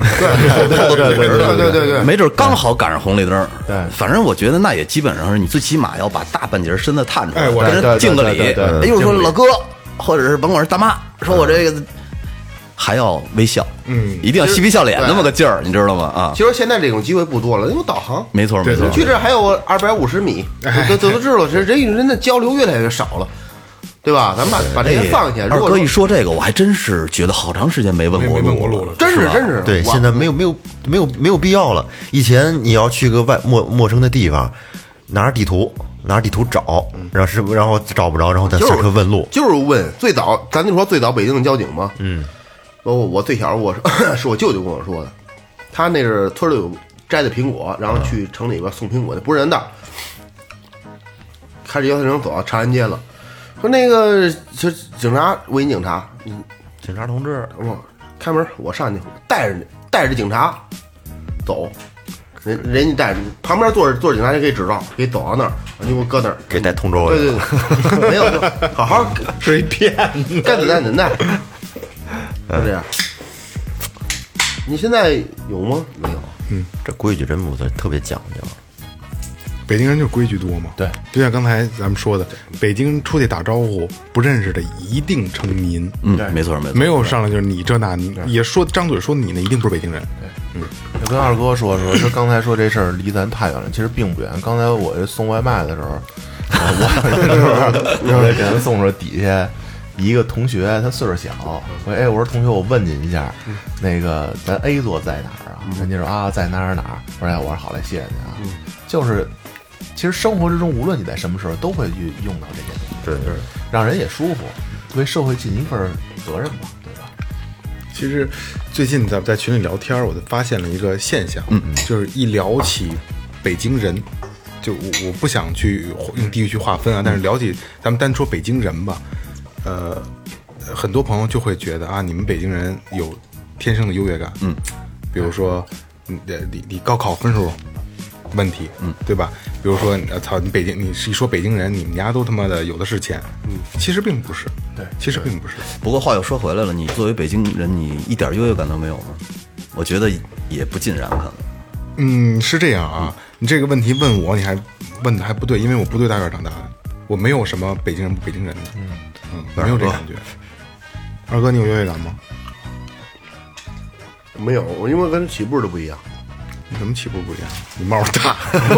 对， 没准刚好赶上红绿灯。 对， 反正我觉得那也基本上是你最起码要把大半截身子探出来， 跟人敬个礼。哎，又说老哥，或者是甭管是大妈，说我这个还要微笑，一定要嬉皮笑脸那么个劲儿，你知道吗？啊， 其实现在这种机会不多了，因为导航， 没错， 去这还有250米，都知道，人与人的交流越来越少了。 对吧？咱们把这个放下。 二哥一说这个，我还真是觉得好长时间没问过路了， 真是。 对，现在没有必要了。以前你要去个陌生的地方，拿着地图找，然后找不着，然后再上课问路。 就是问最早，咱就说最早北京的交警嘛。我最小是我舅舅跟我说的，他那是村里有摘的苹果，然后去城里边送苹果的不是人的，开着摇下车走长安街了。说那个就警察，卫警察， 警察同志， 我开门，我上去带着警察走，人家带着旁边坐着警察就可以指道，可以走到那儿，你给我搁那儿， 给带通州。 对，没有就好好是一骗子， 该怎带，就这样。你现在有吗？没有。 这规矩真不错，特别讲究。 北京人就规矩多嘛， 对， 就像刚才咱们说的，北京出去打招呼不认识的一定称您， 没错， 没有上来就是你这那，你也说张嘴说你那一定不是北京人， 就跟二哥说刚才说这事儿离咱太远了，其实并不远。刚才我送外卖的时候，我给人送着底下一个同学，他岁数小，我说同学，我问您一下，那个咱 A 座在哪儿啊？人家说啊在哪儿，我说好嘞，谢谢您啊，就是。其实生活之中，无论你在什么时候，都会去用到这件东西，对，让人也舒服，为社会尽一份责任吧，对吧？ 其实最近咱们在群里聊天，我就发现了一个现象，就是一聊起北京人，就我不想去用地域去划分啊，但是聊起咱们单说北京人吧，很多朋友就会觉得啊，你们北京人有天生的优越感，比如说你高考分数问题，对吧？比如说，你北京，你一说北京人，你们家都他妈的有的是钱，其实并不是，对，其实并不是。 不过话又说回来了，你作为北京人，你一点优越感都没有吗？我觉得也不尽然，可能。是这样啊。你这个问题问我，你还问的还不对，因为我部队大院长大的，我没有什么北京人不北京人的，没有这感觉。二哥，你有优越感吗？ 没有，因为跟起步都不一样。 你怎么起步不一样？你帽大，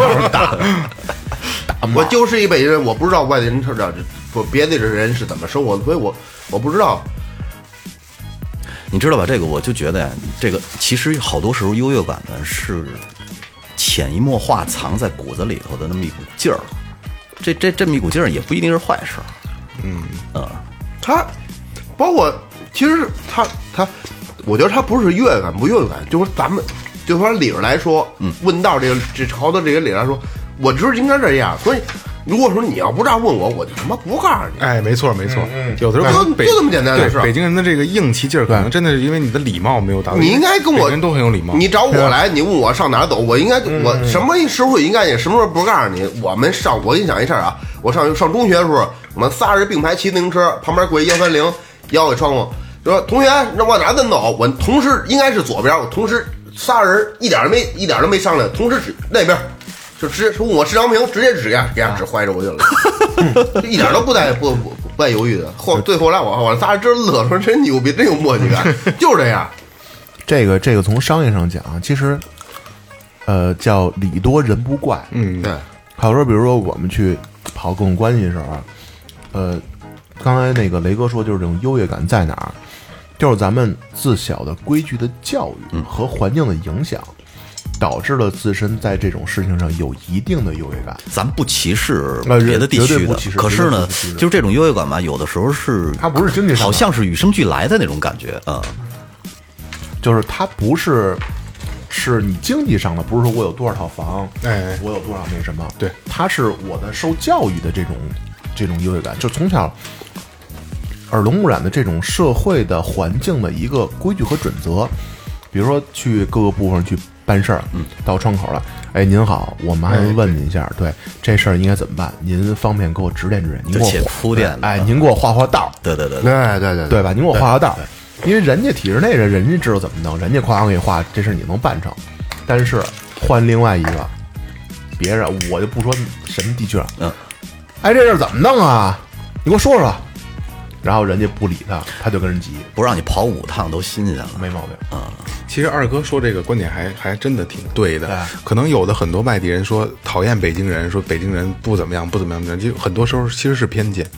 我就是一北京人，我不知道外地人说别的人是怎么生活的，所以我不知道。 你知道吧？这个我就觉得呀，这个其实好多时候优越感呢是潜移默化藏在骨子里头的那么一股劲儿。这么一股劲儿也不一定是坏事。 他包括其实他，我觉得他不是优越感不优越感，就是咱们。就说理儿来说，问到这好多这个理来说，我知道应该这样。所以，如果说你要不这样问我，我就他妈不告诉你。 哎，没错。有的时候就这么简单的事。 北京人的这个硬气劲儿，可能真的是因为你的礼貌没有达到。 你应该跟我人都很有礼貌。 你找我来，你问我上哪儿走，我应该我什么时候应该也什么时候不告诉你。我给你讲一事儿啊，我上中学的时候，我们仨人并排骑自行车，旁边跪130，摇给窗户，说同学，那往哪咱走？我同时应该是左边，我同时。仨人一点都没商量，同时指那边，就直接问我是张平，直接给他指怀着我去了，一点都不带犹豫的。最后来我仨人真乐，说真牛逼，真有默契感，就是这样。 这个从商业上讲，其实叫礼多人不怪。 对。 好多比如说我们去跑各种关系的时候，刚才那个雷哥说就是这种优越感在哪儿？就是咱们自小的规矩的教育和环境的影响，导致了自身在这种事情上有一定的优越感。 咱不歧视别的地区的，可是呢，就是这种优越感吧，有的时候是它不是经济上， 好像是与生俱来的那种感觉就是它不是你经济上的，不是说我有多少套房，我有多少那什么， 对， 它是我的受教育的这种优越感，就从小。耳濡目染的这种社会的环境的一个规矩和准则，比如说去各个部分去办事儿，到窗口了，哎，您好，我麻烦问您一下，对这事儿应该怎么办？您方便给我指点指点，您给我铺垫， 哎，您给我画道， 对吧？您给我画道，因为人家体制内人家知道怎么弄，人家夸给你画，这事你能办成。但是换另外一个别人，我就不说什么地区了，哎，这事怎么弄啊？你给我说说。然后人家不理他就跟人急， 不让你跑5趟都新鲜了， 没毛病其实二哥说这个观点还真的挺对的。可能有的很多外地人说讨厌北京人，说北京人不怎么样，其实很多时候其实是偏见。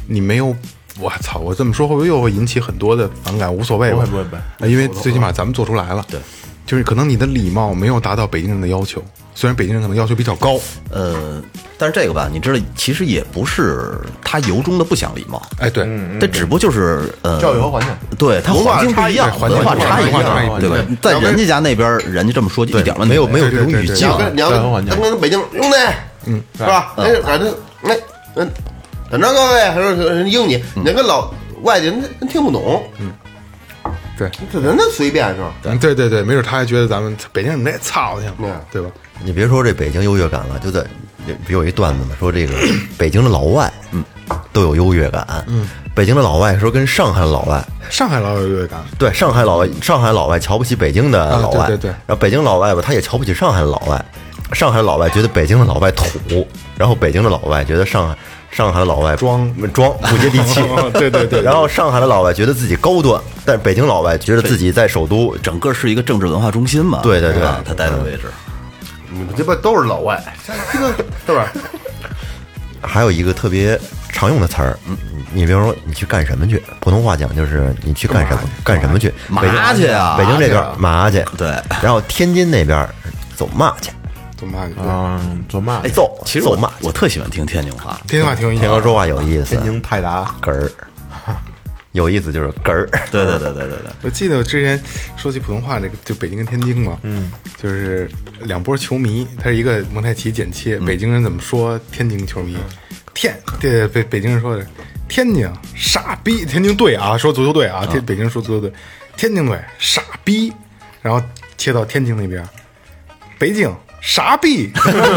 你没有，我操，我这么说会不会又会引起很多的反感？无所谓吧， 不会， 因为最起码咱们做出来了。 对， 就是可能你的礼貌没有达到北京人的要求，虽然北京人可能要求比较高。 但是这个吧，你知道，其实也不是他由衷的不讲礼貌， 哎，对， 这只不过就是教育和环境， 对他环境不一样， 文化差异文化差异，对吧？在人家家那边，人家这么说就一点问题没有这种语境。 你要跟北京兄弟，是吧？哎，反正反正各位还是应你，你跟老外地人听不懂， 对， 这人家随便是吧？ 对，没准他还觉得咱们北京人没操性，对吧？ 你别说这北京优越感了，就在有一段子嘛，说这个北京的老外，都有优越感。北京的老外说跟上海的老外， 上海老有优越感， 对，上海老外瞧不起北京的老外， 对， 然后北京老外吧，他也瞧不起上海的老外，上海的老外觉得北京的老外土，然后北京的老外觉得上海的老外装不接地气， 对， 然后上海的老外觉得自己高端，但是北京老外觉得自己在首都， 整个是一个政治文化中心嘛。 对， 他待的位置。 你们这边都是老外，这个是吧？ 还有一个特别常用的词儿，你比如说你去干什么去？普通话讲就是你去干什么去？ 麻去啊！ 北京这边麻去， 对， 然后天津那边走嘛去？ 走嘛去？ 走嘛？ 哎，走， 其实我特喜欢听天津话， 天津话挺有意思， 天津说话有意思， 天津泰达哏儿。有意思就是哏儿， 对。 我记得我之前说起普通话，这个就北京跟天津嘛，就是两波球迷，它是一个蒙太奇剪切。北京人怎么说天津球迷？对，北京人说的天津傻逼，天津队啊，说足球队啊，北京人说足球队，天津队傻逼，然后切到天津那边，北京傻逼。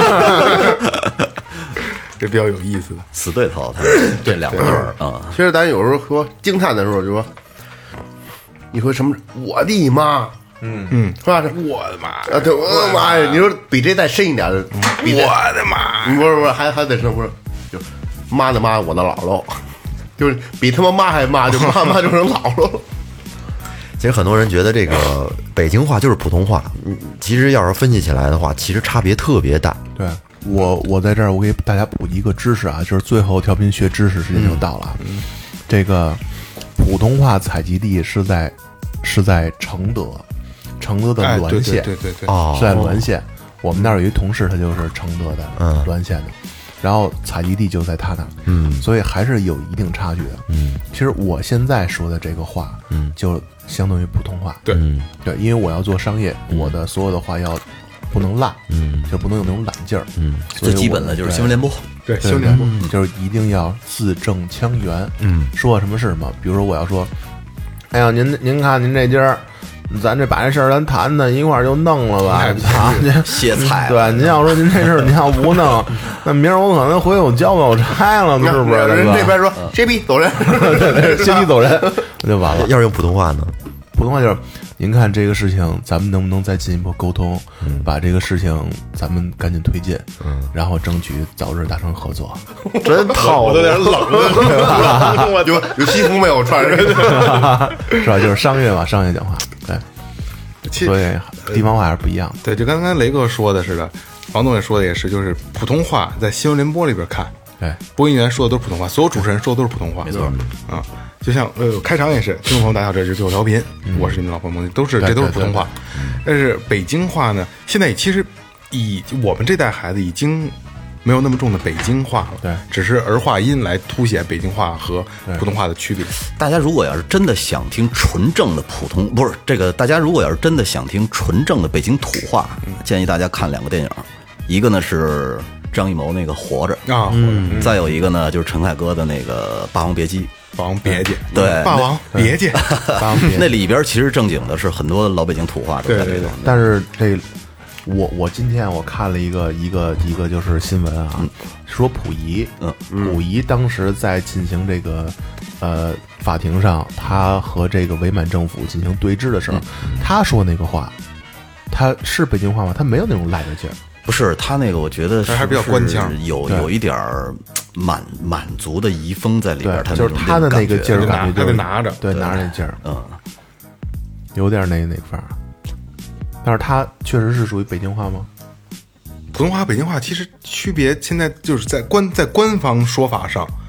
这比较有意思的死对头，他这两个字儿啊。 其实咱有时候说惊叹的时候，就说你说什么我的妈，是吧？ 我的妈啊，对，我的妈呀！你说比这再深一点的， 我的妈！ 不是，还得是不是？就妈的妈，我的姥姥，就是比他妈妈还妈，就妈就成姥姥了。 其实很多人觉得这个北京话就是普通话，其实要是分析起来的话，其实差别特别大。 对。我在这儿，我给大家补一个知识啊，就是最后调频学知识时间就到了。这个普通话采集地是在承德的滦县， 对， 是在滦县。我们那儿有一同事，他就是承德的滦县的，然后采集地就在他那儿，所以还是有一定差距的。其实我现在说的这个话，就相当于普通话。 对， 因为我要做商业，我的所有的话要。不能烂，就不能有那种懒劲儿， 最基本的就是新闻联播， 对，新闻联播就是一定要字正腔圆，说什么是什么。比如说我要说，哎呀，您看您这今儿，咱这把这事儿咱谈谈一块儿就弄了吧，操， 歇菜。 对，您要说您这事儿您要不弄，那明儿我可能回我交不了差了，是不是？ 人这边说谁逼走人， 对，谁逼走人就完了。 要是用普通话呢？ 普通话就是，您看这个事情，咱们能不能再进一步沟通，把这个事情咱们赶紧推进，然后争取早日达成合作。 真套， 我都有点冷了， 我就有西服没有穿， 是吧？就是商业嘛，商业讲话，对。所以地方话还是不一样的。 对，就刚才雷哥说的似的，王总也说的也是，就是普通话在新闻联播里边看， 对， 播音员说的都是普通话，所有主持人说的都是普通话， 没错啊。就像开场也是，听众朋友大家好，这是最后调频，我是你们老朋友，这都是普通话。但是北京话呢，现在其实我们这代孩子已经没有那么重的北京话了， 对， 只是儿化音来凸显北京话和普通话的区别。 大家如果要是真的想听纯正的大家如果要是真的想听纯正的北京土话，建议大家看两个电影，一个呢是张艺谋那个《活着》 啊， 再有一个呢就是陈凯歌的那个《霸王别姬》。 霸王别姬， 对， 霸王别姬， 那里边其实正经的是很多老北京土话都在这种。 但是这我今天我看了一个就是新闻啊，说溥仪，溥仪当时在进行这个法庭上，他和这个伪满政府进行对峙的时候，他说那个话，他是北京话吗？他没有那种赖的劲儿。 不是他那个，我觉得还是比较官腔， 有一点满族的遗风在里边。 他就是他的那个劲儿，感觉他得拿着， 对，拿着那劲儿，有点那个范儿。但是他确实是属于北京话吗？ 普通话、北京话其实区别现在就是在官方说法上，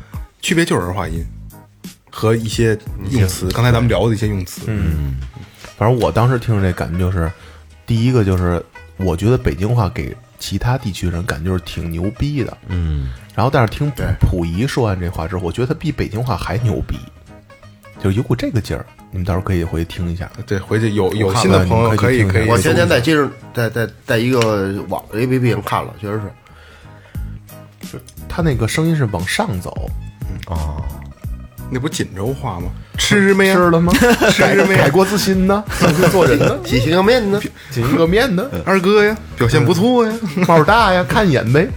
区别就是儿化音和一些用词，刚才咱们聊的一些用词。 反正我当时听着这感觉就是，第一个就是我觉得北京话给其他地区人感觉就是挺牛逼的，然后但是听溥仪说完这话之后，我觉得他比北京话还牛逼，就是有股这个劲儿。你们到时候可以回去听一下。 对，回去有新的朋友可以。 我前天在街上，在一个网 APP 上看了，确实是，他那个声音是往上走。 那不锦州话吗？吃没呀？ 吃了吗？吃没？改过自新呢？做人呢？ 洗个面呢？ 洗个面呢？ 二哥呀，表现不错呀， 帽大呀，看一眼呗。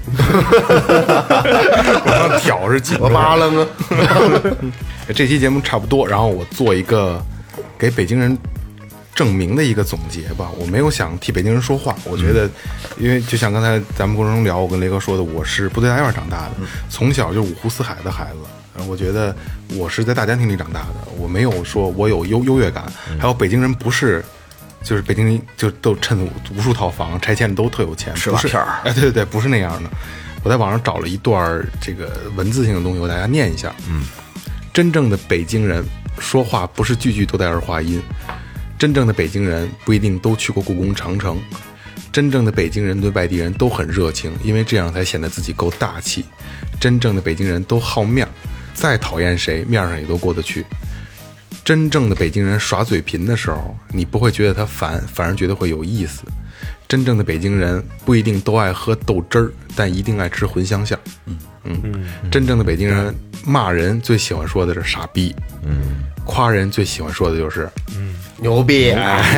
我刚挑是锦州， 我扒拉呢。 这期节目差不多，然后我做一个给北京人证明的一个总结吧。我没有想替北京人说话，我觉得，因为就像刚才咱们过程中聊，我跟雷哥说的，我是部队大院长大的，从小就五湖四海的孩子。我觉得我是在大家庭里长大的，我没有说我有优越感。还有北京人不是，就是北京人就都趁无数套房拆迁都特有钱， 吃瓦片儿。 哎，对，不是那样的。我在网上找了一段这个文字性的东西，我给大家念一下。真正的北京人说话不是句句都带儿化音，真正的北京人不一定都去过故宫长城，真正的北京人对外地人都很热情，因为这样才显得自己够大气。真正的北京人都好面，再讨厌谁面上也都过得去。真正的北京人耍嘴贫的时候，你不会觉得他烦，反而觉得会有意思。真正的北京人不一定都爱喝豆汁儿，但一定爱吃茴香馅儿。真正的北京人骂人最喜欢说的是傻逼，夸人最喜欢说的就是牛逼。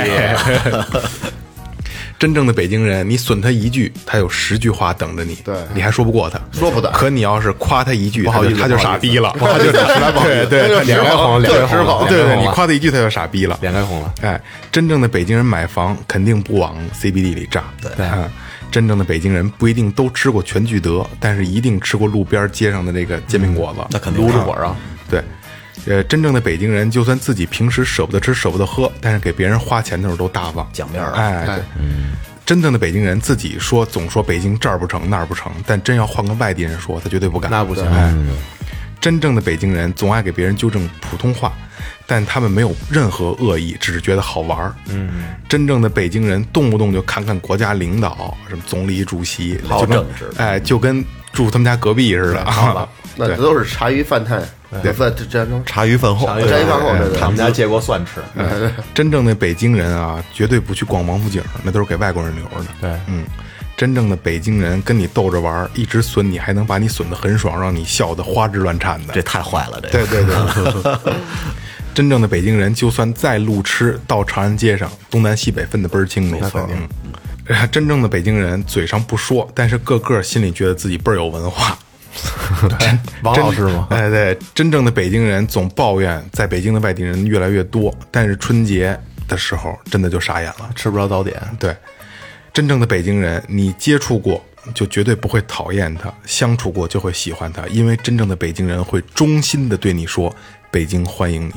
真正的北京人，你损他一句，他有10句话等着你， 对， 你还说不过他， 说不得。 可你要是夸他一句， 不好意思， 他就傻逼了， 他就实在不好意思， 对， 脸该红了，脸该红了， 对，你夸他一句，他就傻逼了， 脸该红了。 哎，真正的北京人买房肯定不往 CBD 里炸， 对， 真正的北京人不一定都吃过全聚德，但是一定吃过路边街上的这个煎饼果子， 那肯定卤煮果啊， 对。真正的北京人，就算自己平时舍不得吃、舍不得喝，但是给别人花钱的时候都大方、 讲面儿。 哎，对，真正的北京人自己说总说北京这儿不成那儿不成，但真要换个外地人说，他绝对不敢。 那不行。 真正的北京人总爱给别人纠正普通话，但他们没有任何恶意，只是觉得好玩。真正的北京人动不动就看看国家领导，什么总理、主席， 好政治。 哎，就跟住他们家隔壁似的。 那都是茶余饭菜。对，这茶余饭后， 茶余饭后， 他们家借过蒜吃。 真正的北京人啊，绝对不去逛王府井，那都是给外国人留着的。 对， 真正的北京人跟你逗着玩，一直损你，还能把你损得很爽，让你笑得花枝乱颤的， 这太坏了。 对。真正的北京人，就算再路痴，到长安街上，东南西北分得倍儿清楚。真正的北京人嘴上不说，但是个个心里觉得自己倍儿有文化。 王老师吗？ 哎，对，真正的北京人总抱怨在北京的外地人越来越多，但是春节的时候真的就傻眼了， 吃不着早点。 对，真正的北京人，你接触过就绝对不会讨厌他，相处过就会喜欢他，因为真正的北京人会衷心的对你说：“北京欢迎你。”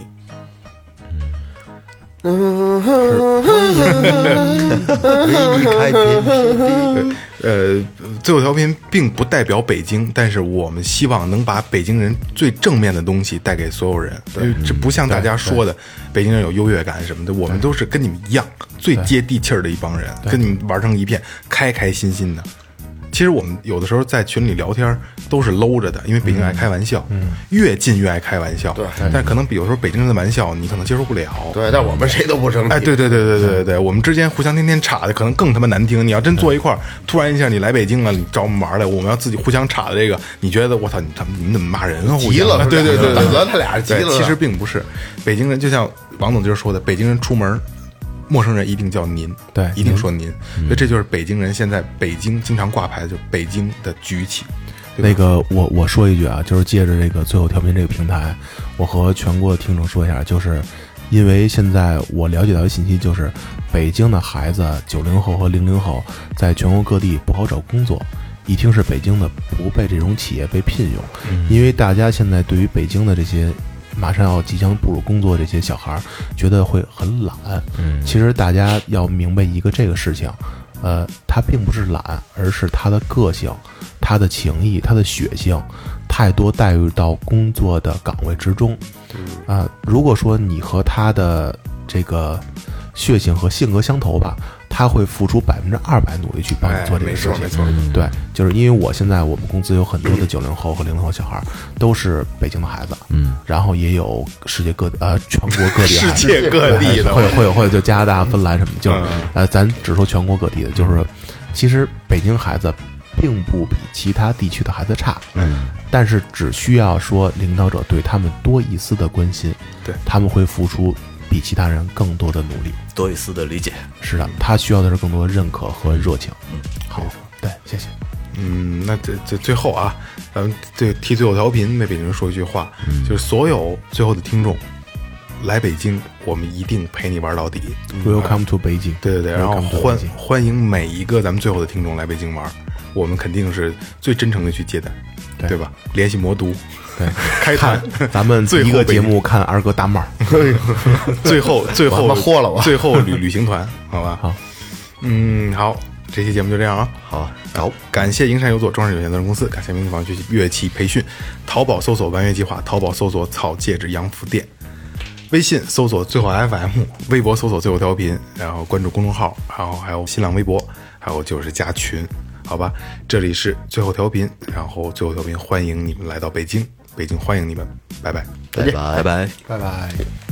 最后调频并不代表北京，但是我们希望能把北京人最正面的东西带给所有人。因为这不像大家说的北京人有优越感什么的，我们都是跟你们一样最接地气儿的一帮人，跟你们玩成一片，开开心心的。其实我们有的时候在群里聊天都是搂着的，因为北京爱开玩笑，越近越爱开玩笑。对，但可能有时候北京人的玩笑你可能接受不了。 对，但我们谁都不生气。 哎，对，我们之间互相天天插的，可能更他妈难听。你要真坐一块儿，突然一下你来北京了，你找我们玩来，我们要自己互相插的这个，你觉得我操，你们怎么骂人啊？ 急了， 对， 他俩急了。 其实并不是，北京人就像王总今儿说的，北京人出门。陌生人一定叫您， 对， 一定说您，所以这就是北京人现在北京经常挂牌的，就是北京的举起。 那个我说一句啊，就是借着这个最后调频这个平台，我和全国的听众说一下，就是因为现在我了解到的信息，就是北京的孩子90后和00后在全国各地不好找工作，一听是北京的不被这种企业被聘用，因为大家现在对于北京的这些马上要即将步入工作这些小孩觉得会很懒。其实大家要明白一个这个事情， 他并不是懒，而是他的个性、他的情谊、他的血性，太多带入到工作的岗位之中。如果说你和他的这个血性和性格相投吧，他会付出200%努力去帮你做这个事情。 没错， 对，就是因为我们公司有很多的90后和00后小孩，都是北京的孩子，然后也有世界各全国各地的孩子， 世界各地的会有就加拿大、芬兰什么的，就是咱只说全国各地的，就是其实北京孩子并不比其他地区的孩子差，但是只需要说领导者对他们多一丝的关心， 对，他们会付出比其他人更多的努力， 多一丝的理解。 是的，他需要的是更多的认可和热情。好，对，谢谢。 那这最后啊，替最后调频为北京人说一句话，就是所有最后的听众来北京，我们一定陪你玩到底。 Welcome to 北京。 对，然后欢迎每一个咱们最后的听众来北京玩，我们肯定是最真诚的去接待，对吧？联系魔都。 对， 开坛， 咱们第一个节目看二哥大帽， 最后豁了我， 最后旅行团，好吧？ 好， 好，这期节目就这样啊。 好， 感谢营山有作装饰有限责任公司，感谢明房学习乐器培训，淘宝搜索玩乐计划，淘宝搜索草戒指洋服店，微信搜索最后 FM， 微博搜索最后调频，然后关注公众号，然后还有新浪微博，还有就是加群，好吧？这里是最后调频，然后最后调频欢迎你们来到北京。北京欢迎你们，拜拜， 再见， 拜拜， 拜拜。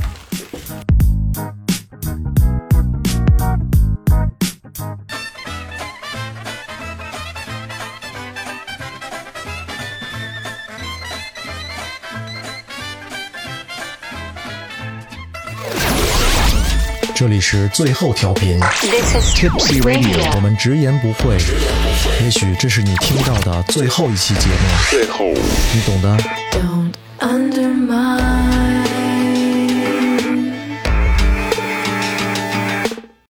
这里是最后调频 Tipsy Radio， 我们直言不讳，也许这是你听到的最后一期节目，你懂的。 Don't undermine